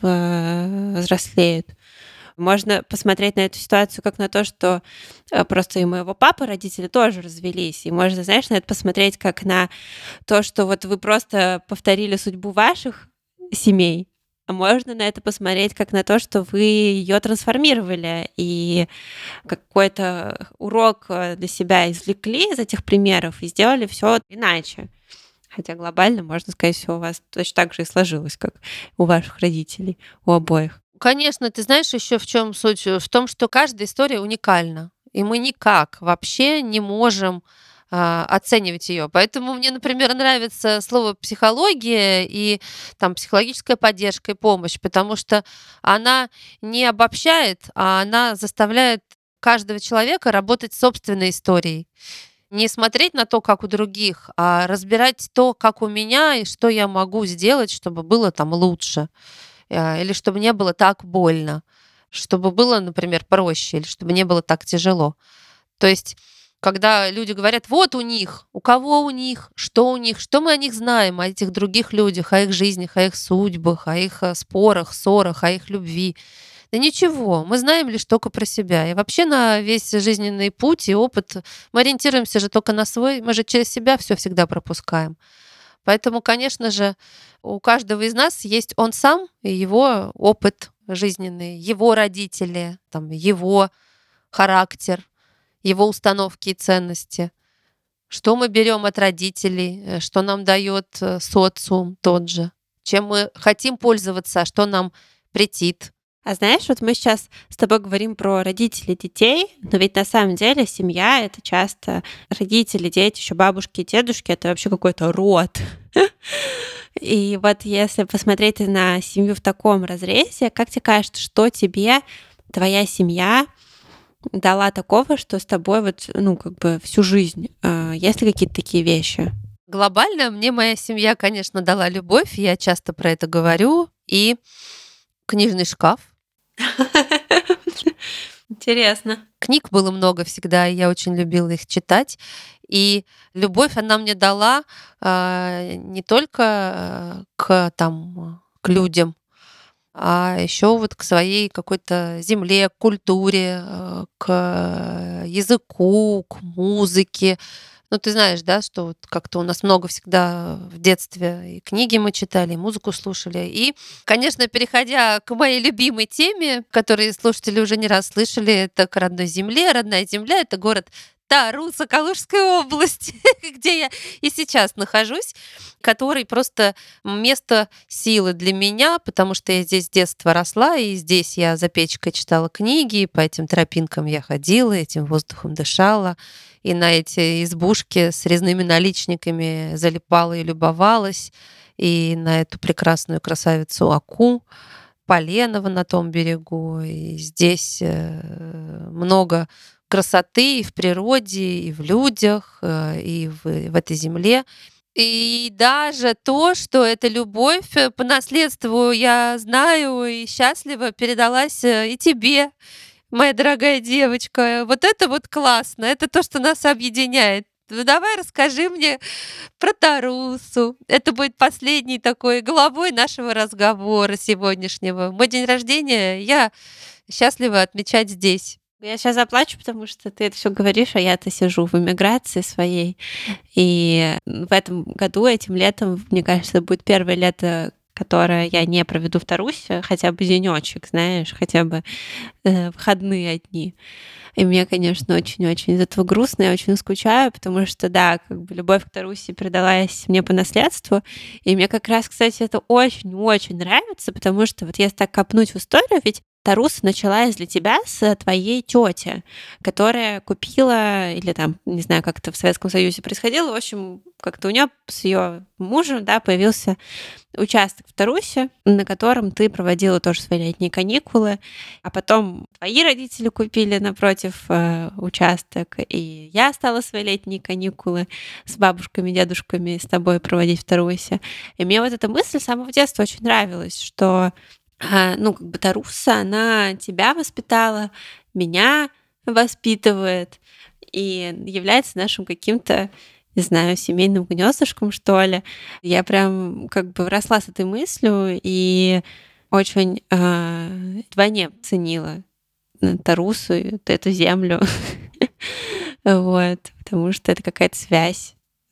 в- взрослеют. Можно посмотреть на эту ситуацию как на то, что э, просто и у моего папы родители тоже развелись. И можно, знаешь, на это посмотреть как на то, что вот вы просто повторили судьбу ваших семей, А можно на это посмотреть как на то, что вы ее трансформировали и какой-то урок э, для себя извлекли из этих примеров и сделали все иначе. Хотя глобально, можно сказать, все у вас точно так же и сложилось, как у ваших родителей, у обоих. Конечно, ты знаешь, еще в чем суть? В том, что каждая история уникальна, и мы никак вообще не можем а, оценивать ее. Поэтому мне, например, нравится слово психология и там психологическая поддержка и помощь, потому что она не обобщает, а она заставляет каждого человека работать с собственной историей. Не смотреть на то, как у других, а разбирать то, как у меня и что я могу сделать, чтобы было там лучше. А, или чтобы не было так больно, чтобы было, например, проще, или чтобы не было так тяжело. То есть, когда люди говорят, вот у них, у кого у них, что у них, что мы о них знаем, о этих других людях, о их жизнях, о их судьбах, о их э, спорах, ссорах, о их любви. Да ничего, мы знаем лишь только про себя. И вообще на весь жизненный путь и опыт мы ориентируемся же только на свой, мы же через себя все всегда пропускаем. Поэтому, конечно же, у каждого из нас есть он сам и его опыт жизненный, его родители, там, его характер, его установки и ценности. Что мы берем от родителей, э, что нам дает э, социум тот же, чем мы хотим пользоваться, а что нам претит. А знаешь, вот мы сейчас с тобой говорим про родителей детей, но ведь на самом деле семья — это часто родители, дети, еще бабушки и дедушки — это вообще какой-то род. И вот если посмотреть на семью в таком разрезе, как тебе кажется, что тебе твоя семья дала такого, что с тобой вот, ну, как бы всю жизнь? А, Есть ли какие-то такие вещи? Глобально мне моя семья, конечно, дала любовь, я часто про это говорю, и книжный шкаф. Интересно. Книг было много всегда, и я очень любила их читать. И любовь она мне дала а, не только а, к, там, к людям, а еще вот к своей какой-то земле, к культуре, э, к языку, к музыке. Ну, ты знаешь, да, что вот как-то у нас много всегда в детстве и книги мы читали, и музыку слушали. И, конечно, переходя к моей любимой теме, которую слушатели уже не раз слышали, это к родной земле. Родная земля — это город Таруса Калужской области, где я и сейчас нахожусь, который просто место силы для меня, потому что я здесь с детства росла, и здесь я за печкой читала книги, и по этим тропинкам я ходила, этим воздухом дышала, и на эти избушки с резными наличниками залипала и любовалась, и на эту прекрасную красавицу Аку, Поленова на том берегу, и здесь э, много красоты и в природе, и в людях, э, и в, в этой земле. И даже то, что эта любовь э, по наследству, я знаю и счастливо передалась э, и тебе, моя дорогая девочка. Вот это вот классно, это то, что нас объединяет. Ну, давай расскажи мне про Тарусу. Это будет последней такой главой нашего разговора сегодняшнего. Мой день рождения я счастлива отмечать здесь. Я сейчас заплачу, потому что ты это все говоришь, а я-то сижу в эмиграции своей. И в этом году, этим летом, мне кажется, будет первое лето, которое я не проведу в Тарусе, хотя бы денечек, знаешь, хотя бы э, выходные одни. И мне, конечно, очень-очень из этого грустно, я очень скучаю, потому что, да, как бы любовь к Тарусе передалась мне по наследству, и мне как раз, кстати, это очень-очень нравится, потому что вот если так копнуть в историю, ведь Таруса началась для тебя с твоей тети, которая купила, или там, не знаю, как это в Советском Союзе происходило, в общем, как-то у нее с ее мужем, да, появился участок в Тарусе, на котором ты проводила тоже свои летние каникулы, а потом твои родители купили напротив э, участок, и я стала свои летние каникулы с бабушками, дедушками с тобой проводить в Тарусе. И мне вот эта мысль с самого детства очень нравилась, что а, ну, как бы Таруса, она тебя воспитала, меня воспитывает и является нашим каким-то, не знаю, семейным гнездышком, что ли. Я прям как бы росла с этой мыслью и очень а, вдвойне ценила Тарусу, эту землю. Вот, потому что это какая-то связь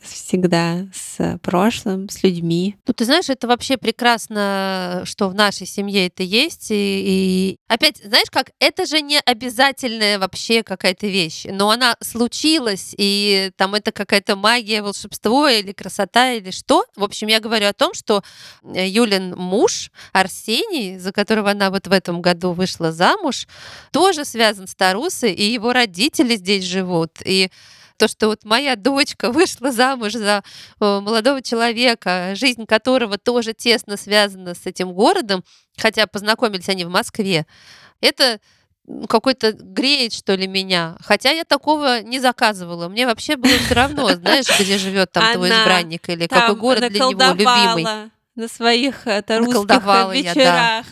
всегда с прошлым, с людьми. Ну, ты знаешь, это вообще прекрасно, что в нашей семье это есть. И, и опять, знаешь как, это же не обязательная вообще какая-то вещь, но она случилась, и там это какая-то магия, волшебство или красота, или что. В общем, я говорю о том, что э, Юлин муж Арсений, за которого она вот в этом году вышла замуж, тоже связан с Тарусой, и его родители здесь живут. И то, что вот моя дочка вышла замуж за э, молодого человека, жизнь которого тоже тесно связана с этим городом, хотя познакомились они в Москве, это м, какой-то греет, что ли, меня. Хотя я такого не заказывала. Мне вообще было все равно, знаешь, где живет там твой Она избранник или какой там город для него любимый. наколдовала на своих э, тарусских э, Наколдовала я, да. вечерах.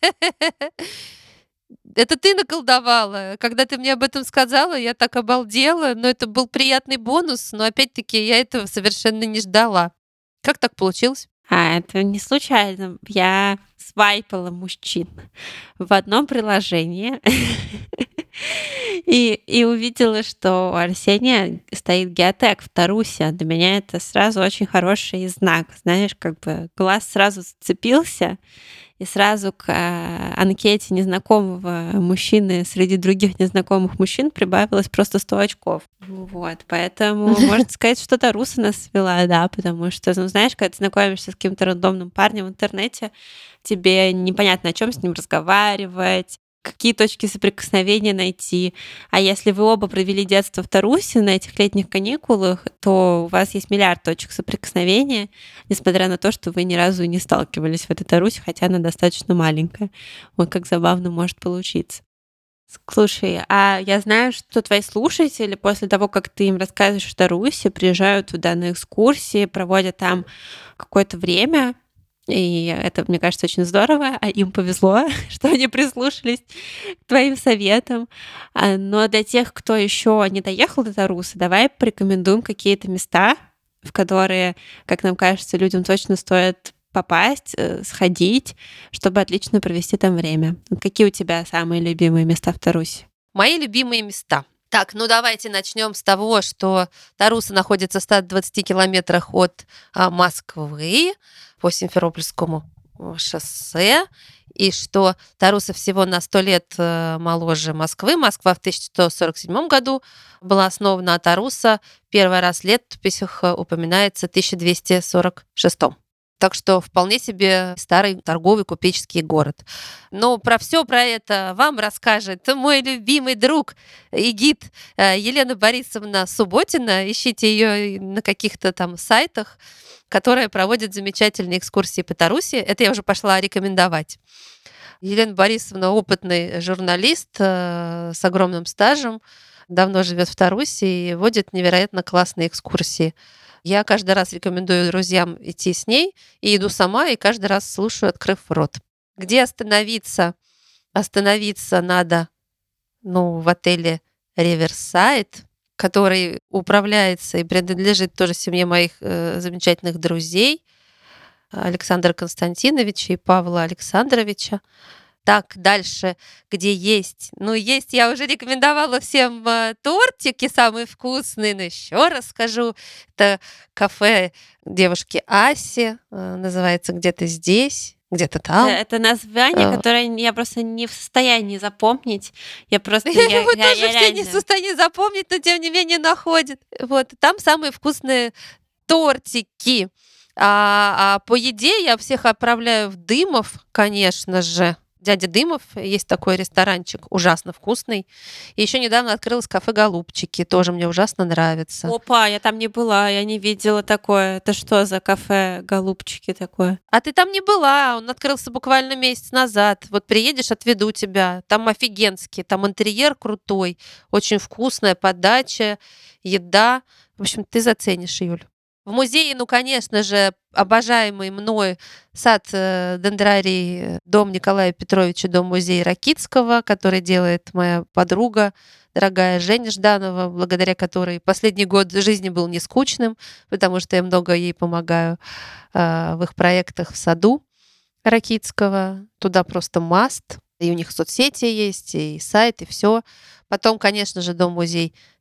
Это ты наколдовала. Когда ты мне об этом сказала, я так обалдела. Но это был приятный бонус, но опять-таки я этого совершенно не ждала. Как так получилось? А это не случайно. Я свайпала мужчин в одном приложении и, и увидела, что у Арсения стоит геотег в Тарусе. Для меня это сразу очень хороший знак. Знаешь, как бы глаз сразу зацепился, и сразу к э, анкете незнакомого мужчины среди других незнакомых мужчин прибавилось просто сто очков. Вот, поэтому можно сказать, что Таруса нас свела, да, потому что, ну, знаешь, когда ты знакомишься с каким-то рандомным парнем в интернете, тебе непонятно, о чем с ним разговаривать, какие точки соприкосновения найти. А если вы оба провели детство в Тарусе на этих летних каникулах, то у вас есть миллиард точек соприкосновения, несмотря на то, что вы ни разу не сталкивались в этой Тарусе, хотя она достаточно маленькая. Вот как забавно может получиться. Слушай, а я знаю, что твои слушатели после того, как ты им рассказываешь о Тарусе, приезжают туда на экскурсии, проводят там какое-то время, и это, мне кажется, очень здорово, а им повезло, что они прислушались к твоим советам. А, Но для тех, кто еще не доехал до Тарусы, давай порекомендуем какие-то места, в которые, как нам кажется, людям точно стоит попасть, э, сходить, чтобы отлично провести там время. Вот какие у тебя самые любимые места в Тарусе? Мои любимые места. Так, ну давайте начнем с того, что Таруса находится в ста двадцати километрах от а, Москвы по Симферопольскому э, шоссе, и что Таруса всего на сто лет э, моложе Москвы. Москва в тысяча сто сорок седьмом году была основана, а Таруса первый раз в летописях э, упоминается в тысяча двести сорок шестом. Так что вполне себе старый торговый купеческий город. Но про все про это вам расскажет мой любимый друг и гид э, Елена Борисовна Субботина. Ищите ее на каких-то там сайтах, которая проводит замечательные экскурсии по Таруси. Это я уже пошла рекомендовать. Елена Борисовна опытный журналист э, с огромным стажем, давно живет в Тарусе и водит невероятно классные экскурсии. Я каждый раз рекомендую друзьям идти с ней, и иду сама, и каждый раз слушаю, открыв рот. Где остановиться? Остановиться надо, ну, в отеле Riverside, который управляется и принадлежит тоже семье моих э, замечательных друзей Александра Константиновича и Павла Александровича. Так, дальше, где есть. Ну, есть, я уже рекомендовала всем э, тортики самые вкусные, но еще раз скажу. Это кафе девушки Аси, э, называется где-то здесь, где-то Это, там. это название, Э, которое я просто не в состоянии запомнить. Я просто, я, Его я, тоже я все не в реально... состоянии запомнить, но тем не менее находят. Вот, там самые вкусные тортики. А, а по еде я всех отправляю в Дымов, конечно же. Дядя Дымов, есть такой ресторанчик, ужасно вкусный. И еще недавно открылось кафе «Голубчики», тоже мне ужасно нравится. Опа, я там не была, я не видела такое. Это что за кафе «Голубчики» такое? А ты там не была, он открылся буквально месяц назад. Вот приедешь, отведу тебя. Там офигенский, там интерьер крутой, очень вкусная подача, еда. В общем, ты заценишь, Юль. В музее, ну, конечно же, обожаемый мной сад э, дендрарий, э, дом Николая Петровича, дом-музей Ракитского, который делает моя подруга, дорогая Женя Жданова, благодаря которой последний год жизни был не скучным, потому что я много ей помогаю э, в их проектах в саду Ракитского. Туда просто маст. И у них соцсети есть, и сайт, и все. Потом, конечно же, дом-музей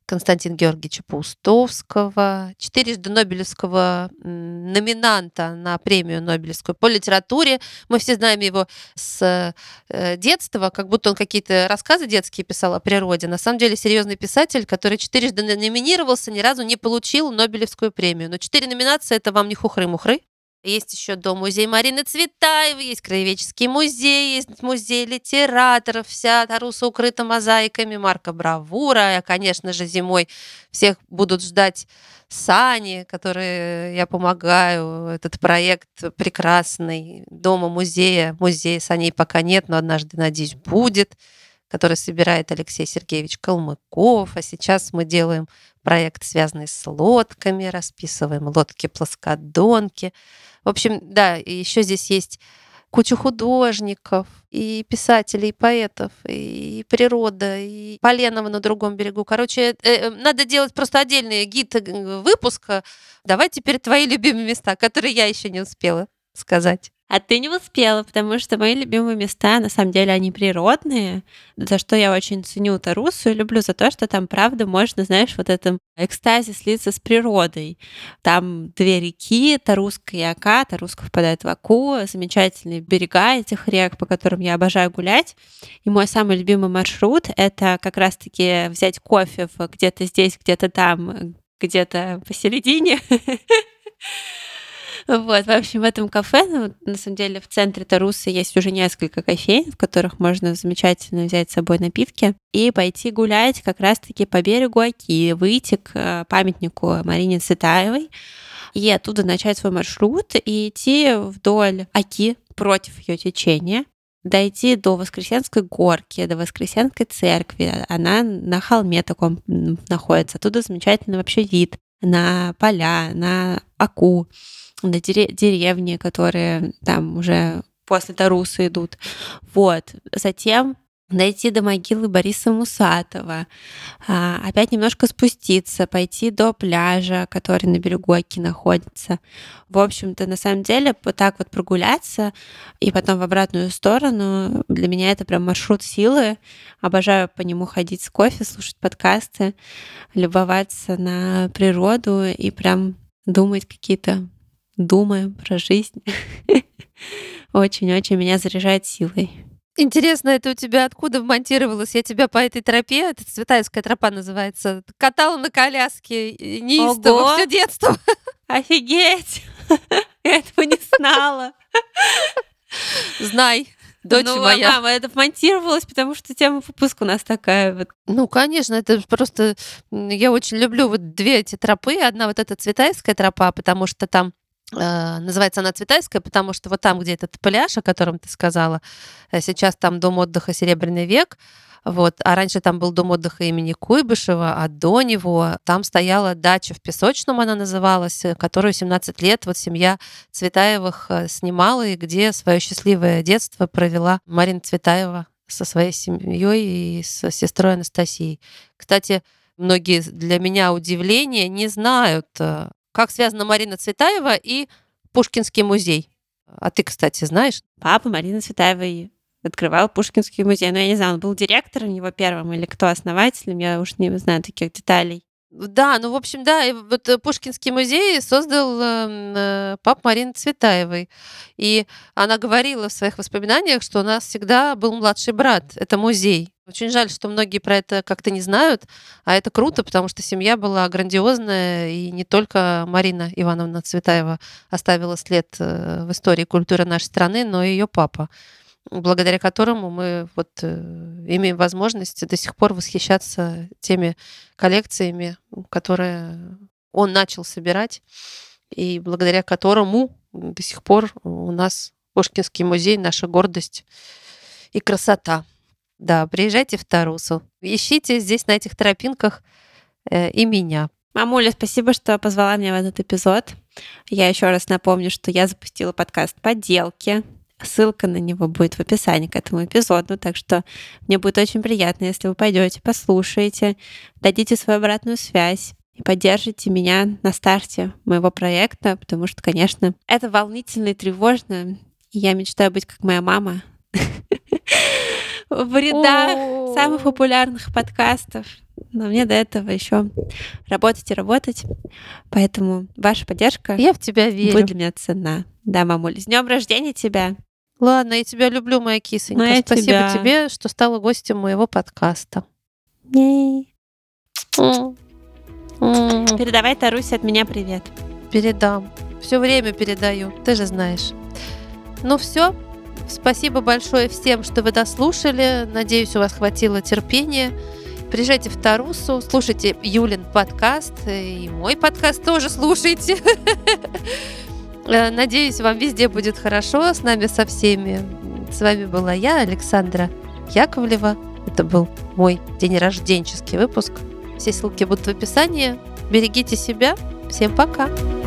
Константина Георгиевича Паустовского, четырежды Нобелевского номинанта на премию Нобелевскую по литературе. Мы все знаем его с детства, как будто он какие-то рассказы детские писал о природе. На самом деле серьезный писатель, который четырежды номинировался, ни разу не получил Нобелевскую премию. Но четыре номинации — это вам не хухры-мухры. Есть еще дом-музей Марины Цветаевой, есть краеведческий музей, есть музей литераторов, вся Таруса укрыта мозаиками, Марка Бравура. А, конечно же, зимой всех будут ждать сани, которые я помогаю. Этот проект прекрасный. Дома-музея. Музея саней пока нет, но однажды, надеюсь, будет, который собирает Алексей Сергеевич Калмыков. А сейчас мы делаем проект, связанный с лодками, расписываем лодки-плоскодонки. В общем, да, и еще здесь есть куча художников, и писателей, и поэтов, и природа, и Поленова на другом берегу. Короче, э, надо делать просто отдельный гид выпуска. Давай теперь твои любимые места, которые я еще не успела сказать. А ты не успела, потому что мои любимые места, на самом деле, они природные, за что я очень ценю Тарусу и люблю за то, что там, правда, можно, знаешь, вот этом экстазе слиться с природой. Там две реки, Таруска и Ока, Таруска впадает в Оку, замечательные берега этих рек, по которым я обожаю гулять. И мой самый любимый маршрут — это как раз-таки взять кофе где-то здесь, где-то там, где-то посередине. Вот, в общем, в этом кафе, ну, на самом деле, в центре Тарусы есть уже несколько кофеин, в которых можно замечательно взять с собой напитки и пойти гулять как раз-таки по берегу Оки, выйти к памятнику Марине Цветаевой и оттуда начать свой маршрут и идти вдоль Оки против ее течения, дойти до Воскресенской горки, до Воскресенской церкви. Она на холме таком находится. Оттуда замечательный вообще вид на поля, на Оку, на деревни, которые там уже после Тарусы идут. Вот. Затем дойти до могилы Бориса Мусатова, а, опять немножко спуститься, пойти до пляжа, который на берегу Оки находится. В общем-то, на самом деле, вот так вот прогуляться и потом в обратную сторону, для меня это прям маршрут силы. Обожаю по нему ходить с кофе, слушать подкасты, любоваться на природу и прям думать какие-то думаю про жизнь. Очень-очень меня заряжает силой. Интересно, это у тебя откуда вмонтировалось? Я тебя по этой тропе, это Цветаевская тропа называется, катала на коляске неистово все детство. Офигеть! Я этого не знала. Знай, дочь ну, моя. Мама, это вмонтировалось, потому что тема выпуска у нас такая вот. Ну, конечно, это просто... Я очень люблю вот две эти тропы. Одна вот эта Цветаевская тропа, потому что там называется она Цветаевская, потому что вот там, где этот пляж, о котором ты сказала, сейчас там дом отдыха «Серебряный век», вот, а раньше там был дом отдыха имени Куйбышева, а до него там стояла дача в Песочном, она называлась, которую семнадцать лет вот семья Цветаевых снимала, и где свое счастливое детство провела Марина Цветаева со своей семьей и с сестрой Анастасией. Кстати, многие для меня удивления не знают, как связана Марина Цветаева и Пушкинский музей. А ты, кстати, знаешь? Папа Марины Цветаевой открывал Пушкинский музей. Но я не знаю, он был директором его первым или кто основателем, я уж не знаю таких деталей. Да, ну, в общем, да, и вот Пушкинский музей создал э, папа Марины Цветаевой. И она говорила в своих воспоминаниях, что у нас всегда был младший брат. Это музей. Очень жаль, что многие про это как-то не знают, а это круто, потому что семья была грандиозная, и не только Марина Ивановна Цветаева оставила след в истории культуры нашей страны, но и ее папа, благодаря которому мы вот имеем возможность до сих пор восхищаться теми коллекциями, которые он начал собирать, и благодаря которому до сих пор у нас Пушкинский музей — наша гордость и красота. Да, приезжайте в Тарусу. Ищите здесь, на этих тропинках, э, и меня. Мамуля, спасибо, что позвала меня в этот эпизод. Я еще раз напомню, что я запустила подкаст «Поделки». Ссылка на него будет в описании к этому эпизоду, так что мне будет очень приятно, если вы пойдете, послушаете, дадите свою обратную связь и поддержите меня на старте моего проекта, потому что, конечно, это волнительно и тревожно, и я мечтаю быть как моя мама в рядах самых популярных подкастов Но мне до этого еще работать и работать. Поэтому ваша поддержка Я в тебя верю. будет для меня ценна. Да, мамуль, с днем рождения тебя! Ладно, я тебя люблю, моя кисонька. Ну, я Спасибо тебя. тебе, что стала гостем моего подкаста. Ей. М. М. Передавай Тарусе от меня привет. Передам. Все время передаю, ты же знаешь. Ну все, спасибо большое всем, что вы дослушали. Надеюсь, у вас хватило терпения. Приезжайте в Тарусу, слушайте Юлин подкаст, и мой подкаст тоже слушайте. Э, Надеюсь, вам везде будет хорошо, с нами со всеми. С вами была я, Александра Яковлева. Это был мой день рожденческий выпуск. Все ссылки будут в описании. Берегите себя. Всем пока.